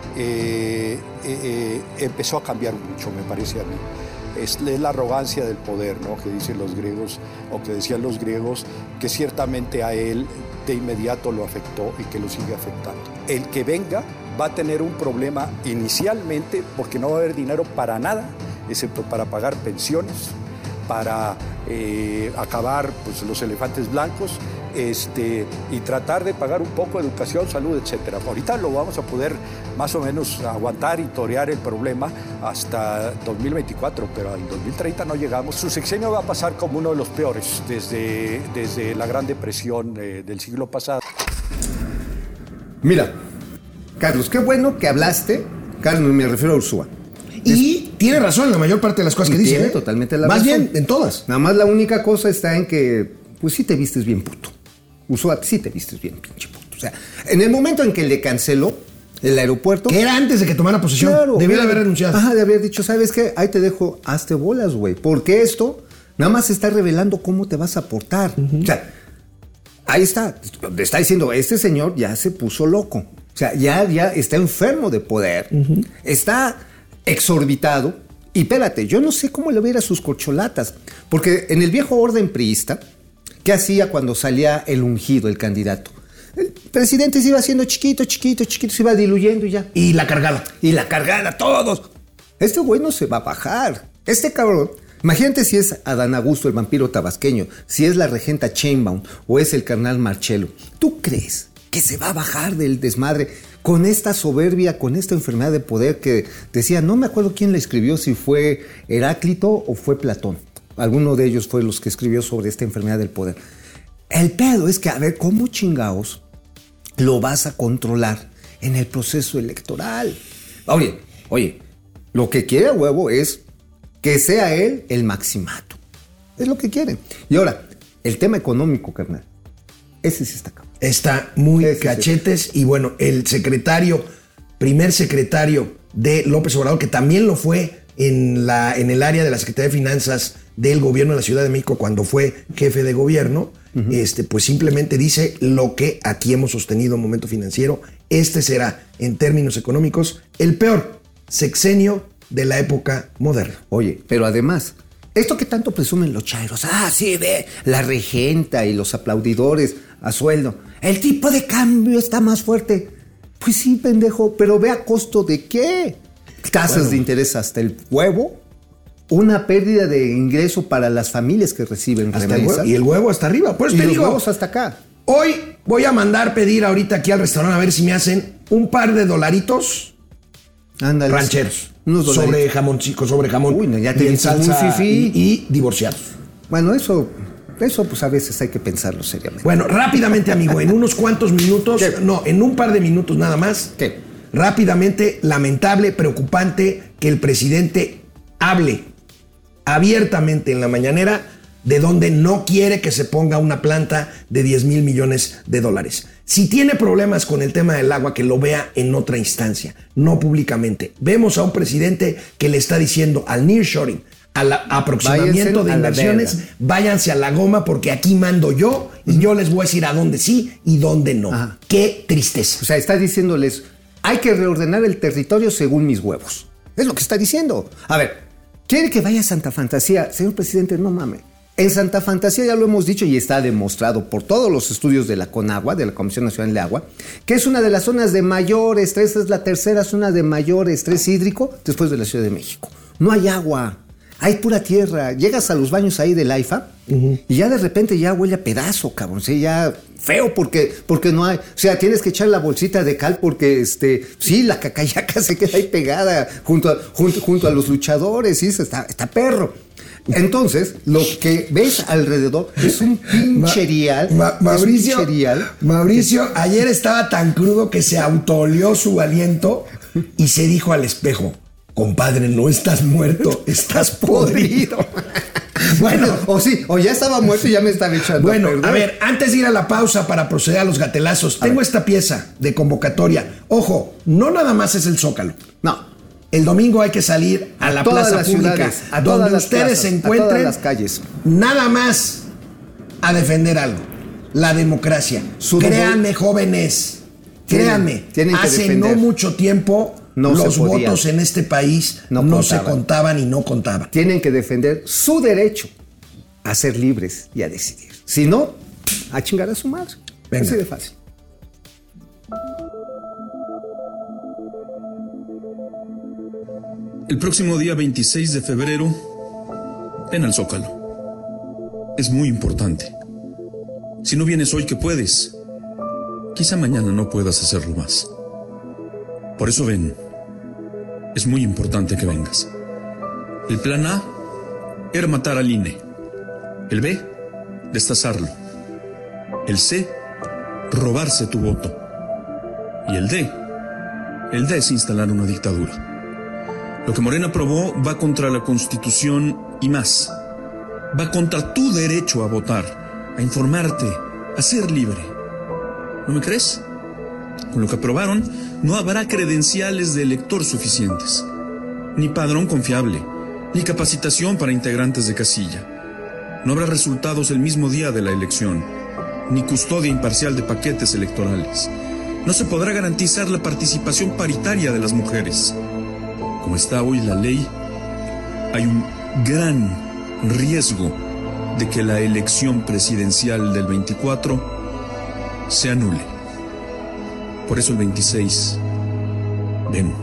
empezó a cambiar mucho, me parece a mí. Es la arrogancia del poder, ¿no? Que dicen los griegos, o que decían los griegos, que ciertamente a él de inmediato lo afectó y que lo sigue afectando. El que venga va a tener un problema inicialmente porque no va a haber dinero para nada, excepto para pagar pensiones, para acabar pues, los elefantes blancos, y tratar de pagar un poco de educación, salud, etcétera. Ahorita lo vamos a poder más o menos aguantar y torear el problema hasta 2024, pero al 2030 no llegamos. Su sexenio va a pasar como uno de los peores desde la Gran Depresión del siglo pasado.
Mira, Carlos, qué bueno que hablaste. Carlos, me refiero a Ursúa.
Y tiene razón en la mayor parte de las cosas que dice.
Tiene totalmente la
razón. Más bien, en todas.
Nada más la única cosa está en que, pues sí te vistes bien puto. Ursúa, sí te vistes bien pinche puto. O sea, en el momento en que le canceló el aeropuerto...
Que era antes de que tomara posesión.
Claro.
Debió de haber renunciado.
Ajá, de haber dicho, ¿sabes qué? Ahí te dejo, hazte bolas, güey. Porque esto nada más está revelando cómo te vas a portar. O sea, ahí está. Está diciendo, este señor ya se puso loco. O sea, ya está enfermo de poder. Está exorbitado. Y espérate, yo no sé cómo le va a ir a sus corcholatas. Porque en el viejo orden priista, ¿qué hacía cuando salía el ungido, el candidato? El presidente se iba haciendo chiquito, se iba diluyendo y ya.
Y la cargada,
todos. Este güey no se va a bajar. Este cabrón, imagínate si es Adán Augusto, el vampiro tabasqueño, si es la regenta Sheinbaum o es el carnal Marcelo. ¿Tú crees que se va a bajar del desmadre con esta soberbia, con esta enfermedad de poder que decía, no me acuerdo quién la escribió, si fue Heráclito o fue Platón? Alguno de ellos fue los que escribió sobre esta enfermedad del poder. El pedo es que, a ver, ¿cómo chingaos lo vas a controlar en el proceso electoral? Oye, lo que quiere a huevo es que sea él el maximato. Es lo que quieren. Y ahora, el tema económico, carnal, ese sí está cabrón.
Está muy cachetes. Y bueno, el primer secretario de López Obrador, que también lo fue en el área de la Secretaría de Finanzas del gobierno de la Ciudad de México cuando fue jefe de gobierno, pues simplemente dice lo que aquí hemos sostenido en Momento Financiero. Este será, en términos económicos, el peor sexenio de la época moderna.
Oye, pero además, esto que tanto presumen los chairos, sí, ve, la regenta y los aplaudidores a sueldo, el tipo de cambio está más fuerte. Pues sí, pendejo, pero ve a costo de qué. Tasas de interés hasta el huevo, una pérdida de ingreso para las familias que reciben remesas.
Y el huevo hasta arriba. Por eso te digo,
los huevos hasta acá.
Hoy voy a mandar pedir ahorita aquí al restaurante a ver si me hacen un par de dolaritos rancheros. Sobre jamoncito, sobre jamón.
Uy, no, ya te
en salsa
muy fifí.
Y divorciados.
Bueno, eso pues a veces hay que pensarlo seriamente.
Bueno, rápidamente, amigo, en unos cuantos minutos, en un par de minutos nada más.
¿Qué?
Rápidamente, lamentable, preocupante que el presidente hable abiertamente en la mañanera de donde no quiere que se ponga una planta de 10 mil millones de dólares. Si tiene problemas con el tema del agua, que lo vea en otra instancia, no públicamente. Vemos a un presidente que le está diciendo al nearshoring, al aproximamiento de inversiones, váyanse a la goma porque aquí mando yo y yo les voy a decir a dónde sí y dónde no. Ajá. Qué tristeza.
O sea, está diciéndoles, hay que reordenar el territorio según mis huevos. Es lo que está diciendo. A ver, ¿quiere que vaya a Santa Fantasía? Señor presidente, no mames. En Santa Fantasía ya lo hemos dicho y está demostrado por todos los estudios de la CONAGUA, de la Comisión Nacional de Agua, que es una de las zonas de mayor estrés, es la tercera zona de mayor estrés hídrico después de la Ciudad de México. No hay agua, hay pura tierra. Llegas a los baños ahí del AIFA y ya de repente ya huele a pedazo, cabrón. Sí, ya feo porque no hay. O sea, tienes que echar la bolsita de cal porque sí, la cacayaca se queda ahí pegada junto a los luchadores. Sí, está perro. Entonces, lo que ves alrededor es un pincherial.
Mauricio, ayer estaba tan crudo que se autoolió su aliento y se dijo al espejo: compadre, no estás muerto, estás podrido.
Bueno, o ya estaba muerto y ya me estaba echando.
Bueno, a ver, antes de ir a la pausa para proceder a los gatelazos, tengo esta pieza de convocatoria. Ojo, no nada más es el Zócalo.
No.
El domingo hay que salir a la plaza pública, donde ustedes se encuentren,
a todas las calles,
nada más a defender algo: la democracia. Créanme, jóvenes, créanme, hace no mucho tiempo los votos en este país no se contaban y no contaban.
Tienen que defender su derecho a ser libres y a decidir. Si no, a chingar a su madre.
Venga.
Así de fácil.
El próximo día 26 de febrero, ven al Zócalo. Es muy importante. Si no vienes hoy que puedes, quizá mañana no puedas hacerlo más. Por eso ven. Es muy importante que vengas. El plan A era matar al INE. El B, destazarlo. El C, robarse tu voto. Y el D es instalar una dictadura. Lo que Morena aprobó va contra la Constitución y más. Va contra tu derecho a votar, a informarte, a ser libre. ¿No me crees? Con lo que aprobaron, no habrá credenciales de elector suficientes, ni padrón confiable, ni capacitación para integrantes de casilla. No habrá resultados el mismo día de la elección, ni custodia imparcial de paquetes electorales. No se podrá garantizar la participación paritaria de las mujeres. Como está hoy la ley, hay un gran riesgo de que la elección presidencial del 24 se anule. Por eso el 26, ven.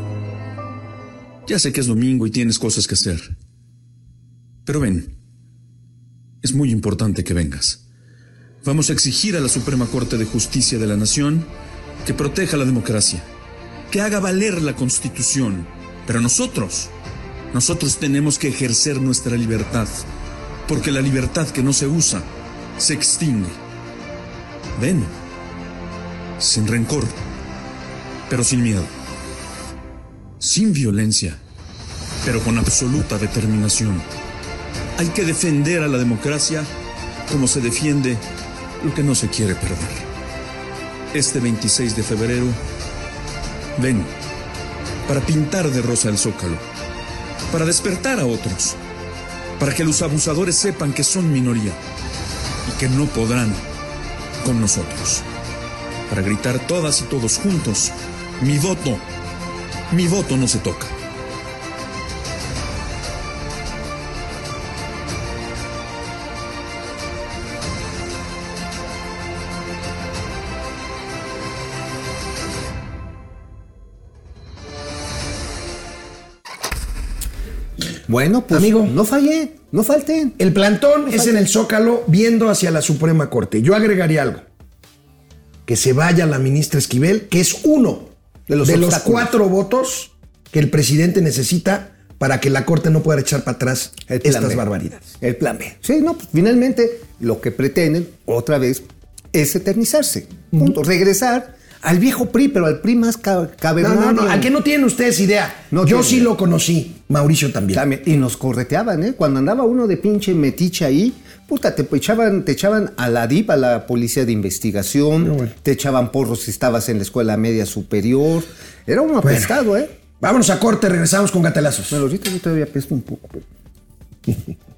Ya sé que es domingo y tienes cosas que hacer, pero ven. Es muy importante que vengas. Vamos a exigir a la Suprema Corte de Justicia de la Nación que proteja la democracia, que haga valer la Constitución. Pero nosotros tenemos que ejercer nuestra libertad, porque la libertad que no se usa se extingue. Ven, sin rencor, pero sin miedo, sin violencia, pero con absoluta determinación. Hay que defender a la democracia como se defiende lo que no se quiere perder. Este 26 de febrero, ven, para pintar de rosa el Zócalo, para despertar a otros, para que los abusadores sepan que son minoría y que no podrán con nosotros, para gritar todas y todos juntos, mi voto no se toca.
Bueno, pues
amigo,
no fallé, no falten.
El plantón es en el Zócalo viendo hacia la Suprema Corte. Yo agregaría algo. Que se vaya la ministra Esquivel, que es uno de los 4 votos que el presidente necesita para que la Corte no pueda echar para atrás estas barbaridades.
El plan B. Sí, no, pues finalmente lo que pretenden otra vez es eternizarse. Punto. Regresar al viejo PRI, pero al PRI más cavernario.
No, al que no tienen ustedes idea. No yo sí lo conocí, Mauricio también.
Y nos correteaban, ¿eh? Cuando andaba uno de pinche metiche ahí, puta, te echaban a la DIP, a la Policía de Investigación, te echaban porros si estabas en la escuela media superior. Era un apestado, ¿eh?
Vámonos a corte, regresamos con gatelazos.
Pero ahorita yo todavía apesto un poco. Pero...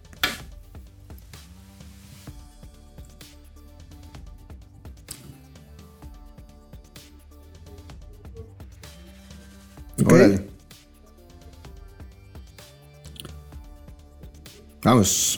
Okay.
Vamos.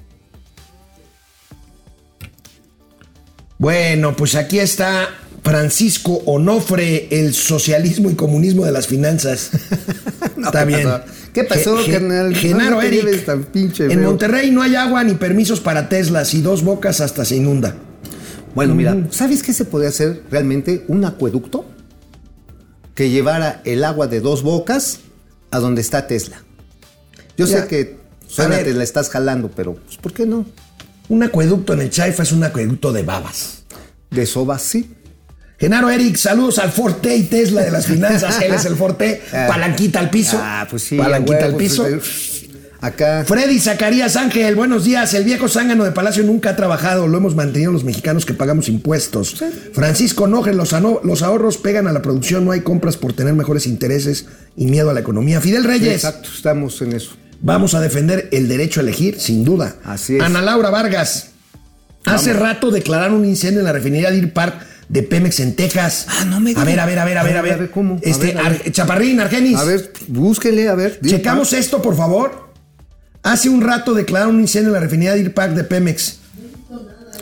Bueno, pues aquí está Francisco Onofre, el socialismo y comunismo de las finanzas.
No,
está bien.
¿Qué pasó, carnal?
Genaro Eric,
tan pinche
en Monterrey no hay agua ni permisos para Teslas y Dos Bocas hasta se inunda.
Bueno, mira, ¿sabes qué se podría hacer realmente? Un acueducto que llevara el agua de Dos Bocas a donde está Tesla. Yo sé que te la estás jalando, pero pues, ¿por qué no?
Un acueducto en el Chaifa es un acueducto de babas.
De sobas, sí.
Genaro Eric, saludos al Forte y Tesla de las finanzas. Él es el Forte, palanquita al piso.
Pues sí.
Palanquita al piso.
Acá.
Freddy Zacarías Ángel, buenos días. El viejo zángano de Palacio nunca ha trabajado. Lo hemos mantenido los mexicanos que pagamos impuestos. Sí. Francisco Noje, los ahorros pegan a la producción. No hay compras por tener mejores intereses y miedo a la economía. Fidel Reyes.
Sí, exacto, estamos en eso.
Vamos a defender el derecho a elegir, sin duda.
Así es.
Ana Laura Vargas. Hace rato declararon un incendio en la refinería Deer Park de Pemex en Texas.
No me digas.
A ver. ¿Cómo? Chaparrín, Argenis.
A ver, búsquele, a ver.
Checamos esto, por favor. Hace un rato declararon un incendio en la refinería Deer Park de Pemex.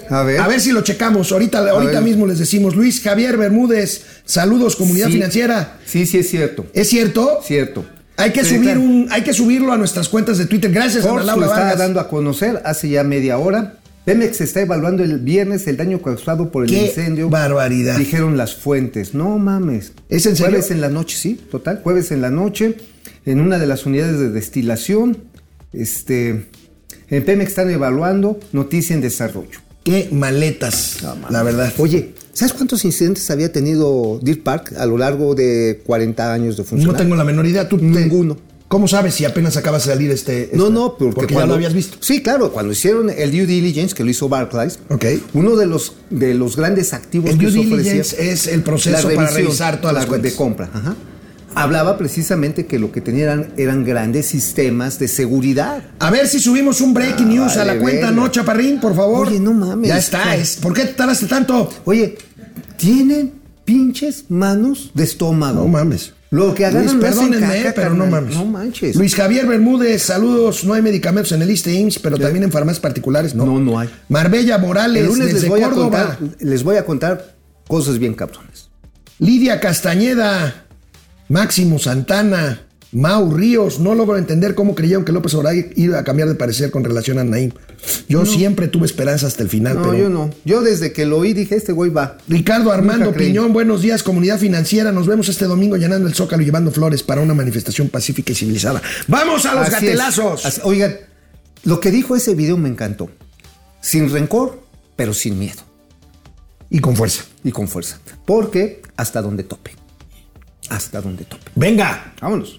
A ver
si lo checamos. Ahorita mismo les decimos. Luis Javier Bermúdez, saludos, comunidad financiera.
Sí, es cierto.
¿Es cierto?
Cierto.
Hay que subirlo a nuestras cuentas de Twitter. Gracias, Ana Laura
lo está
Vargas.
dando a conocer hace ya media hora. Pemex está evaluando el viernes el daño causado por el incendio.
¡Qué barbaridad!
Dijeron las fuentes. No mames.
¿Es en serio?
Jueves en la noche, sí, total. Jueves en la noche, en una de las unidades de destilación. En Pemex están evaluando, noticia en desarrollo.
¡Qué maletas! No, la verdad.
Oye, ¿sabes cuántos incidentes había tenido Deer Park a lo largo de 40 años de funcionar?
No tengo la menor idea.
Ninguno.
¿Cómo sabes si apenas acaba de salir
No,
porque ya lo habías visto.
Sí, claro, cuando hicieron el due diligence, que lo hizo Barclays, uno de los grandes activos
el
que se ofrecía...
El due diligence es el proceso para revisar todas las cuentas.
De compra, ajá. Hablaba precisamente que lo que tenían eran grandes sistemas de seguridad.
A ver si subimos un breaking news a la cuenta, ¿no, Chaparrín? Por favor.
Oye, no mames.
Ya está. ¿Por qué tardaste tanto?
Oye, tienen pinches manos de estómago.
No mames.
Lo que agarran
Luis, perdónenme, pero no mames.
No manches.
Luis Javier Bermúdez, saludos. No hay medicamentos en el ISSSTE, pero también en farmacias particulares, ¿no?
No hay.
Marbella Morales,
el lunes
desde Córdoba.
Les voy a contar cosas bien cabronas.
Lidia Castañeda, Máximo Santana, Mau Ríos. No logro entender cómo creyeron que López Obrador iba a cambiar de parecer con relación a Naim. Yo siempre tuve esperanza hasta el final.
No, yo no. Yo desde que lo oí dije, este güey va.
Ricardo Armando Piñón, buenos días, comunidad financiera. Nos vemos este domingo llenando el Zócalo y llevando flores para una manifestación pacífica y civilizada. ¡Vamos a los gatelazos!
Oigan, lo que dijo ese video me encantó. Sin rencor, pero sin miedo.
Y con fuerza.
Y con fuerza. Porque hasta donde tope. Hasta donde tope.
¡Venga!
Vámonos.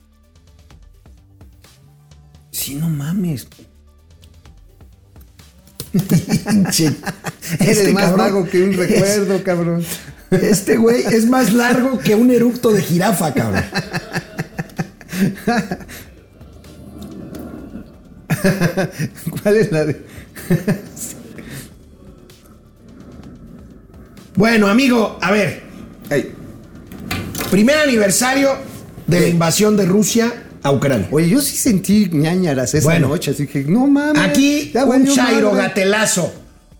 Sí, no mames. Eres más vago que un recuerdo, cabrón.
Este güey es más largo que un eructo de jirafa, cabrón.
¿Cuál es la de...?
Bueno, amigo, a ver.
Hey.
Primer aniversario de la invasión de Rusia a Ucrania.
Oye, yo sí sentí ñañaras esa noche, así que no mames.
Aquí un Chairo gatelazo.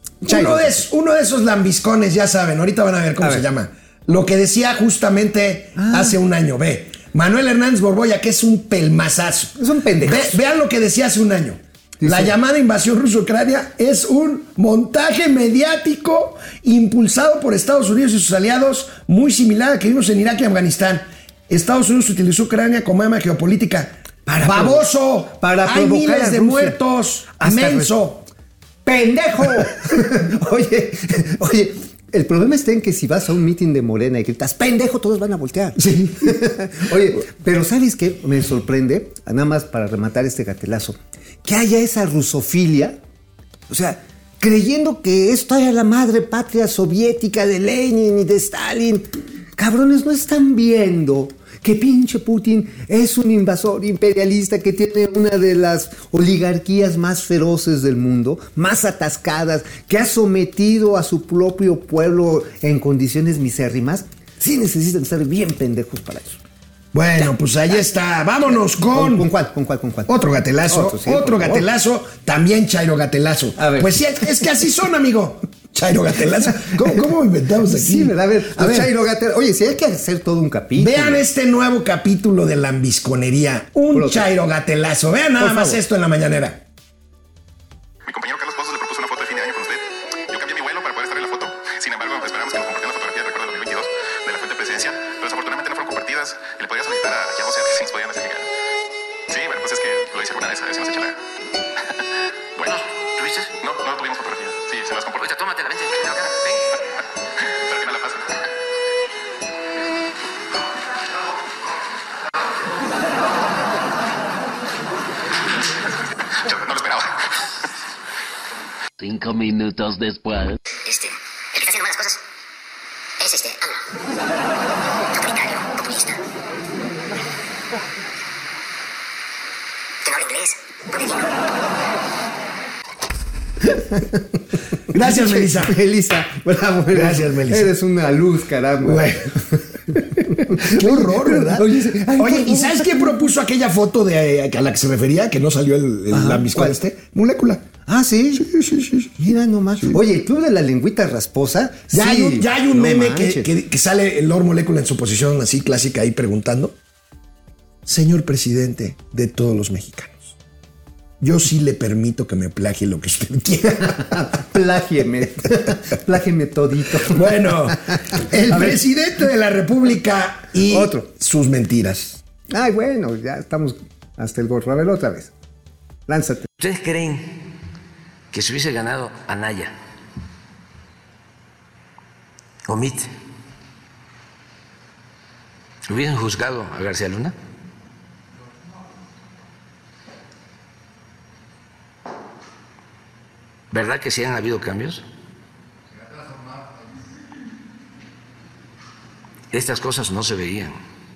Uno de esos lambiscones, ya saben, ahorita van a ver cómo se llama. Lo que decía justamente hace un año, ve. Manuel Hernández Borboya, que es un pelmazazo.
Es un pendejo.
Vean lo que decía hace un año. Dice, la llamada invasión rusa-Ucrania es un montaje mediático impulsado por Estados Unidos y sus aliados, muy similar al que vimos en Irak y Afganistán. Estados Unidos utilizó Ucrania como arma geopolítica. ¡Baboso! Hay miles de muertos. ¡Menso!
¡Pendejo! Oye, el problema está en que si vas a un mitin de Morena y gritas ¡pendejo! Todos van a voltear.
Sí.
Oye, pero ¿sabes qué? Me sorprende, nada más para rematar este gatelazo, que haya esa rusofilia, o sea, creyendo que esto era la madre patria soviética de Lenin y de Stalin. Cabrones, no están viendo que pinche Putin es un invasor imperialista que tiene una de las oligarquías más feroces del mundo, más atascadas, que ha sometido a su propio pueblo en condiciones misérrimas. Sí necesitan estar bien pendejos para eso.
Bueno, pues ahí está. Vámonos con...
¿Con cuál?
Otro gatelazo. Otro gatelazo. También Chairo gatelazo.
A ver.
Pues sí, es que así son, amigo. Chairo gatelazo. ¿Cómo inventamos aquí?
Sí, ¿verdad? A ver, Chairo gatelazo. Oye, si hay que hacer todo un capítulo.
Vean este nuevo capítulo de Lambisconería. Chairo gatelazo. Vean nada más esto en la mañanera.
Mi compañero Carlos Pozos le propuso una foto de fin de año con usted. Yo cambié mi vuelo para poder estar en la foto. Sin embargo, esperamos que nos compartieran la fotografía de recuerdo del 2022 de la fuente presidencial. Pero desafortunadamente no fueron compartidas. Y le podría solicitar a Guillermo Cerca si nos podían hacer llegar. Sí, bueno, pues es que lo hice alguna vez, a ver si nos echa la... Bueno, ¿tuviste? No tuvimos fotografía. Sí, se las compartí.
Ahorita tómatela, vente, la cara. Ven.
Pero que me la pasen. Yo no lo esperaba.
5 minutos después.
El que está haciendo malas cosas es AMLO. Autoritario, populista. Que no habla inglés,
Gracias, Melissa.
Melissa, bravo.
Gracias, Melissa.
Eres una luz, caramba.
Bueno. Qué horror, ¿verdad? Oye, ¿y sabes quién propuso aquella foto a la que se refería? Que no salió el lambiscón este. Molécula.
Ah, ¿sí? Sí. Mira nomás. Sí. Oye, ¿tú de la lengüita rasposa?
Ya,
sí.
hay un meme que sale el Lord Molecula en su posición así clásica ahí preguntando: señor presidente de todos los mexicanos, yo sí le permito que me plagie lo que usted quiera.
Plágieme todito.
Bueno, el presidente de la República y sus mentiras.
Ay, bueno, ya estamos hasta el gorro. A ver, otra vez. Lánzate.
¿Ustedes creen que se hubiese ganado Anaya o Mit, hubieran juzgado a García Luna? ¿Verdad que sí han habido cambios? Estas cosas no se veían.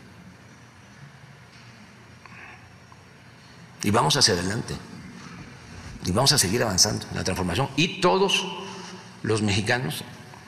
Y vamos hacia adelante. Y vamos a seguir avanzando en la transformación. Y todos los mexicanos.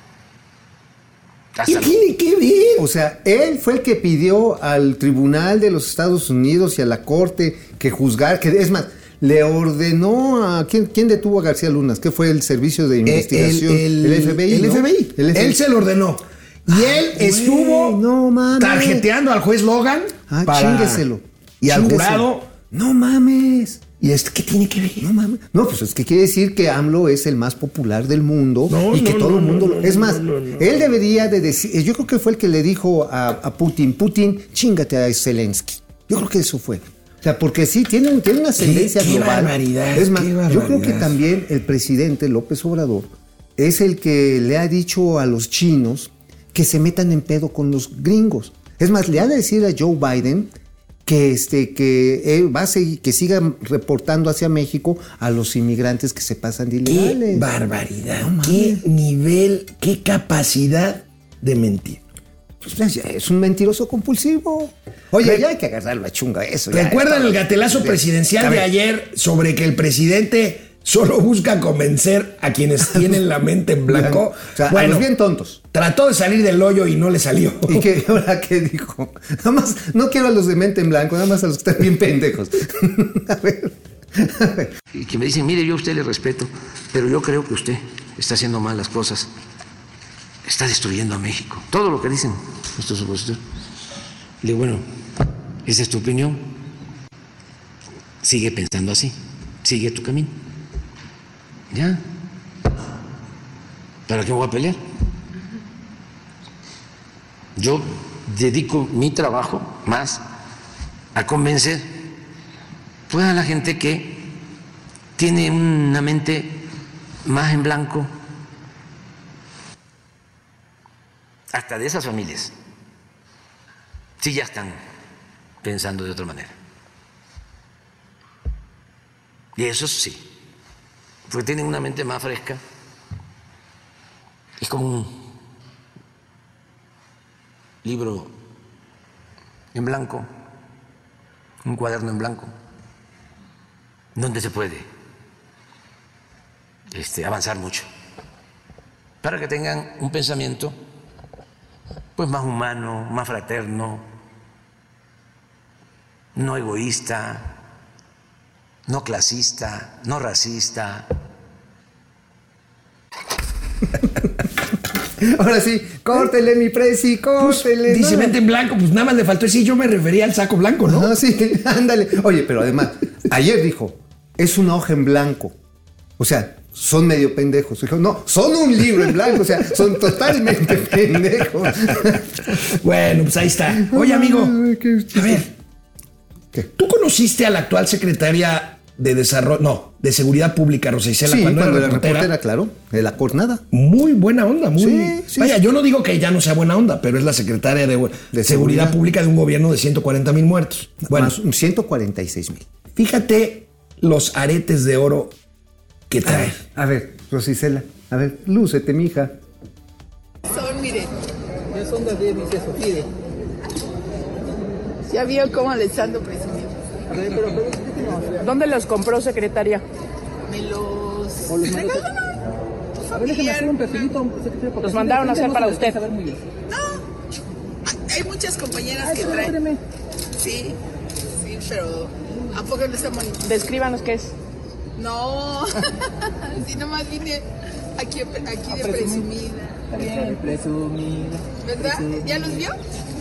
¿Qué tiene que ver? O sea, él fue el que pidió al Tribunal de los Estados Unidos y a la Corte que juzgar, que es más, le ordenó a... ¿Quién detuvo a García Luna? ¿Qué fue el servicio de investigación? El FBI.
El FBI. Él se lo ordenó. Y él estuvo tarjeteando al juez Logan.
Chingueselo.
Y al jurado.
No mames.
¿Y qué tiene que ver?
No mames. No, pues es que quiere decir que AMLO es el más popular del mundo y que todo el mundo... Es más, él debería de decir... Yo creo que fue el que le dijo a Putin, chíngate a Zelensky. Yo creo que eso fue. O sea, porque sí, tiene una ascendencia global.
Qué barbaridad.
Es más, yo creo que también el presidente López Obrador es el que le ha dicho a los chinos que se metan en pedo con los gringos. Es más, le ha de decir a Joe Biden que él va a seguir, que siga reportando hacia México a los inmigrantes que se pasan de ilegales.
¡Qué barbaridad! ¡Qué nivel, qué capacidad de mentir!
Pues es un mentiroso compulsivo. Oye, ya hay que agarrar la chunga eso.
¿Recuerdan el gatelazo presidencial de ayer sobre que el presidente solo busca convencer a quienes tienen la mente en blanco?
O sea, bueno, a los bien tontos.
Trató de salir del hoyo y no le salió.
¿Y ahora qué dijo? Nada más, no quiero a los de mente en blanco, nada más a los que están bien pendejos. A ver.
Y que me dicen, mire, yo a usted le respeto, pero yo creo que usted está haciendo mal las cosas. Está destruyendo a México. Todo lo que dicen nuestros opositores. Le digo, bueno, esa es tu opinión. Sigue pensando así. Sigue tu camino. Ya. ¿Para qué voy a pelear? Yo dedico mi trabajo más a convencer pues a la gente que tiene una mente más en blanco, hasta de esas familias, sí ya están pensando de otra manera. Y eso sí, porque tienen una mente más fresca. Es como un libro en blanco, un cuaderno en blanco, donde se puede avanzar mucho, para que tengan un pensamiento pues más humano, más fraterno, no egoísta, no clasista, no racista.
Ahora sí, córtele mi presi, córtele.
Pues, dice mente en blanco, pues nada más le faltó decir, yo me refería al saco blanco, ¿no?
Ah, sí, ándale. Oye, pero además, ayer dijo, es una hoja en blanco. O sea, son medio pendejos. Dijo, no, son un libro en blanco, o sea, son totalmente pendejos.
Bueno, pues ahí está. Oye, amigo, a ver, ¿qué? ¿Tú conociste a la actual secretaria de Seguridad Pública, Rosa Isela,
sí, cuando era reportera, claro, de la Cornada?
Muy buena onda, muy...
Sí,
vaya, yo no digo que ella no sea buena onda, pero es la secretaria de Seguridad Pública de un gobierno de 140,000 muertos. Bueno,
más 146,000.
Fíjate los aretes de oro que trae.
A ver, Rosa Isela, a ver, lúcete, mija.
Son, miren. Ya son de 10, dice eso, mire. Ya vio cómo les ando presumiendo.
¿Dónde los compró, secretaria?
Me los...
A ver, déjeme hacer un perfilito. Los mandaron a hacer para usted.
No, hay muchas compañeras que traen. Sí, pero ¿a poco no están bonitos?
Descríbanos qué es.
No, si nomás vine aquí de presumida.
Bien, presumida.
¿Verdad? ¿Ya los vio?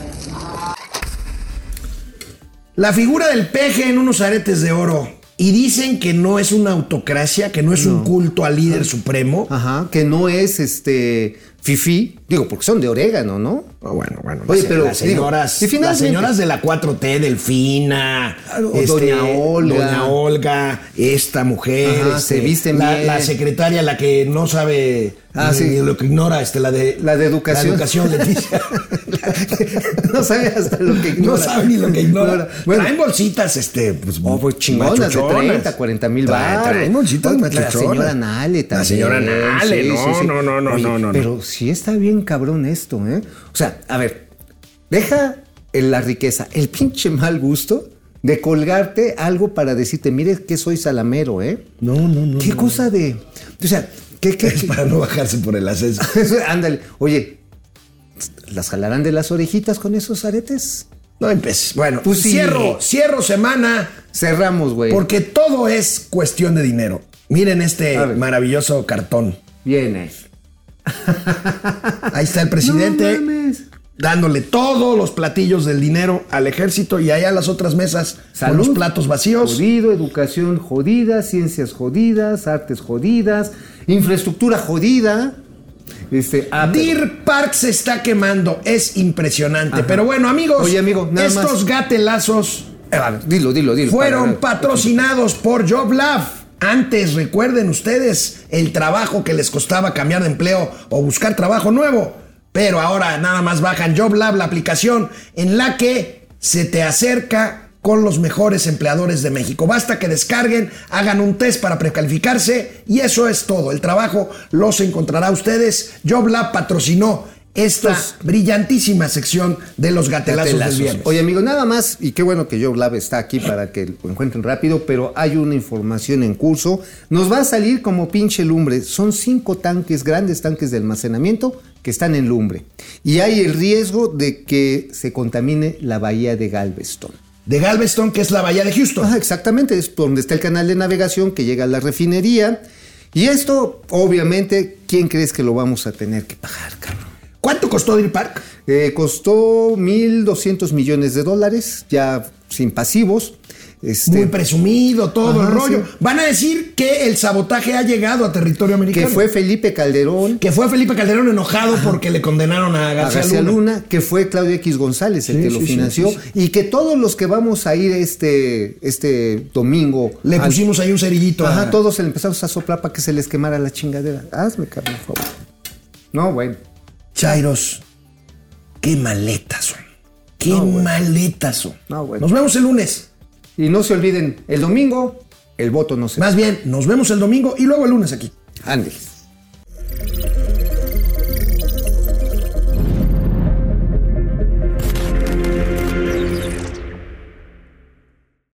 La figura del peje en unos aretes de oro. Y dicen que no es una autocracia, que no es un culto al líder supremo.
Ajá, que no es fifí. Digo, porque son de orégano, ¿no?
Bueno.
Oye, pero
las señoras,
digo,
las señoras de la 4T, Delfina, Doña Olga, esta mujer,
ajá, se visten bien.
La secretaria, la que no sabe ni lo que ignora, la de
educación.
La educación, Leticia.
No sabe hasta lo que ignora.
No sabe ni lo que ignora.
Bueno,
traen bolsitas,
pues chingonas, de 30, 40 mil baros.
Traen bolsitas
La señora Nale también.
La señora Nale,
sí,
no.
Pero sí está bien cabrón esto, ¿eh? O sea, a ver, deja la riqueza, el pinche mal gusto de colgarte algo para decirte, mire que soy salamero, ¿eh?
No.
¿Qué cosa de...? O sea, ¿qué?
Es para no bajarse por el ascenso.
Ándale. Oye, ¿las jalarán de las orejitas con esos aretes?
No empieces. Bueno,
pues sí.
Cierro semana.
Cerramos, güey.
Porque todo es cuestión de dinero. Miren este maravilloso cartón.
Viene.
Ahí está el presidente dándole todos los platillos del dinero al ejército y allá las otras mesas con los platos vacíos.
Jodido, educación jodida, ciencias jodidas, artes jodidas, infraestructura jodida.
Deer Park se está quemando, es impresionante.
Ajá.
Pero bueno, amigos,
oye, amigo,
estos gatelazos
dilo.
fueron patrocinados por JobLab. Antes, recuerden ustedes el trabajo que les costaba cambiar de empleo o buscar trabajo nuevo. Pero ahora nada más bajan JobLab, la aplicación en la que se te acerca con los mejores empleadores de México. Basta que descarguen, hagan un test para precalificarse y eso es todo. El trabajo los encontrará ustedes. JobLab patrocinó esta brillantísima sección de los gatelazos del viernes.
Oye, amigo, nada más, y qué bueno que JobLab está aquí para que lo encuentren rápido, pero hay una información en curso. Nos va a salir como pinche lumbre. Son 5 tanques, grandes tanques de almacenamiento que están en lumbre. Y hay el riesgo de que se contamine la bahía de Galveston.
De Galveston, que es la bahía de Houston.
Ah, exactamente, es donde está el canal de navegación que llega a la refinería. Y esto, obviamente, ¿quién crees que lo vamos a tener que pagar, cabrón?
¿Cuánto costó Deer Park?
Costó $1,200 millones, ya sin pasivos.
Muy presumido todo el rollo. Sí. Van a decir que el sabotaje ha llegado a territorio americano.
Que fue Felipe Calderón.
Enojado porque le condenaron a García Luna.
Que fue Claudio X González el que lo financió. Sí. Y que todos los que vamos a ir este domingo...
Le pusimos ahí un cerillito.
Todos le empezamos a soplar para que se les quemara la chingadera. Hazme, cabrón, por favor. No, bueno.
Chairos, qué maletas son. Maletas son.
No, bueno.
Nos vemos el lunes.
Y no se olviden, el domingo, el voto no se...
Más bien, nos vemos el domingo y luego el lunes aquí.
Ángeles.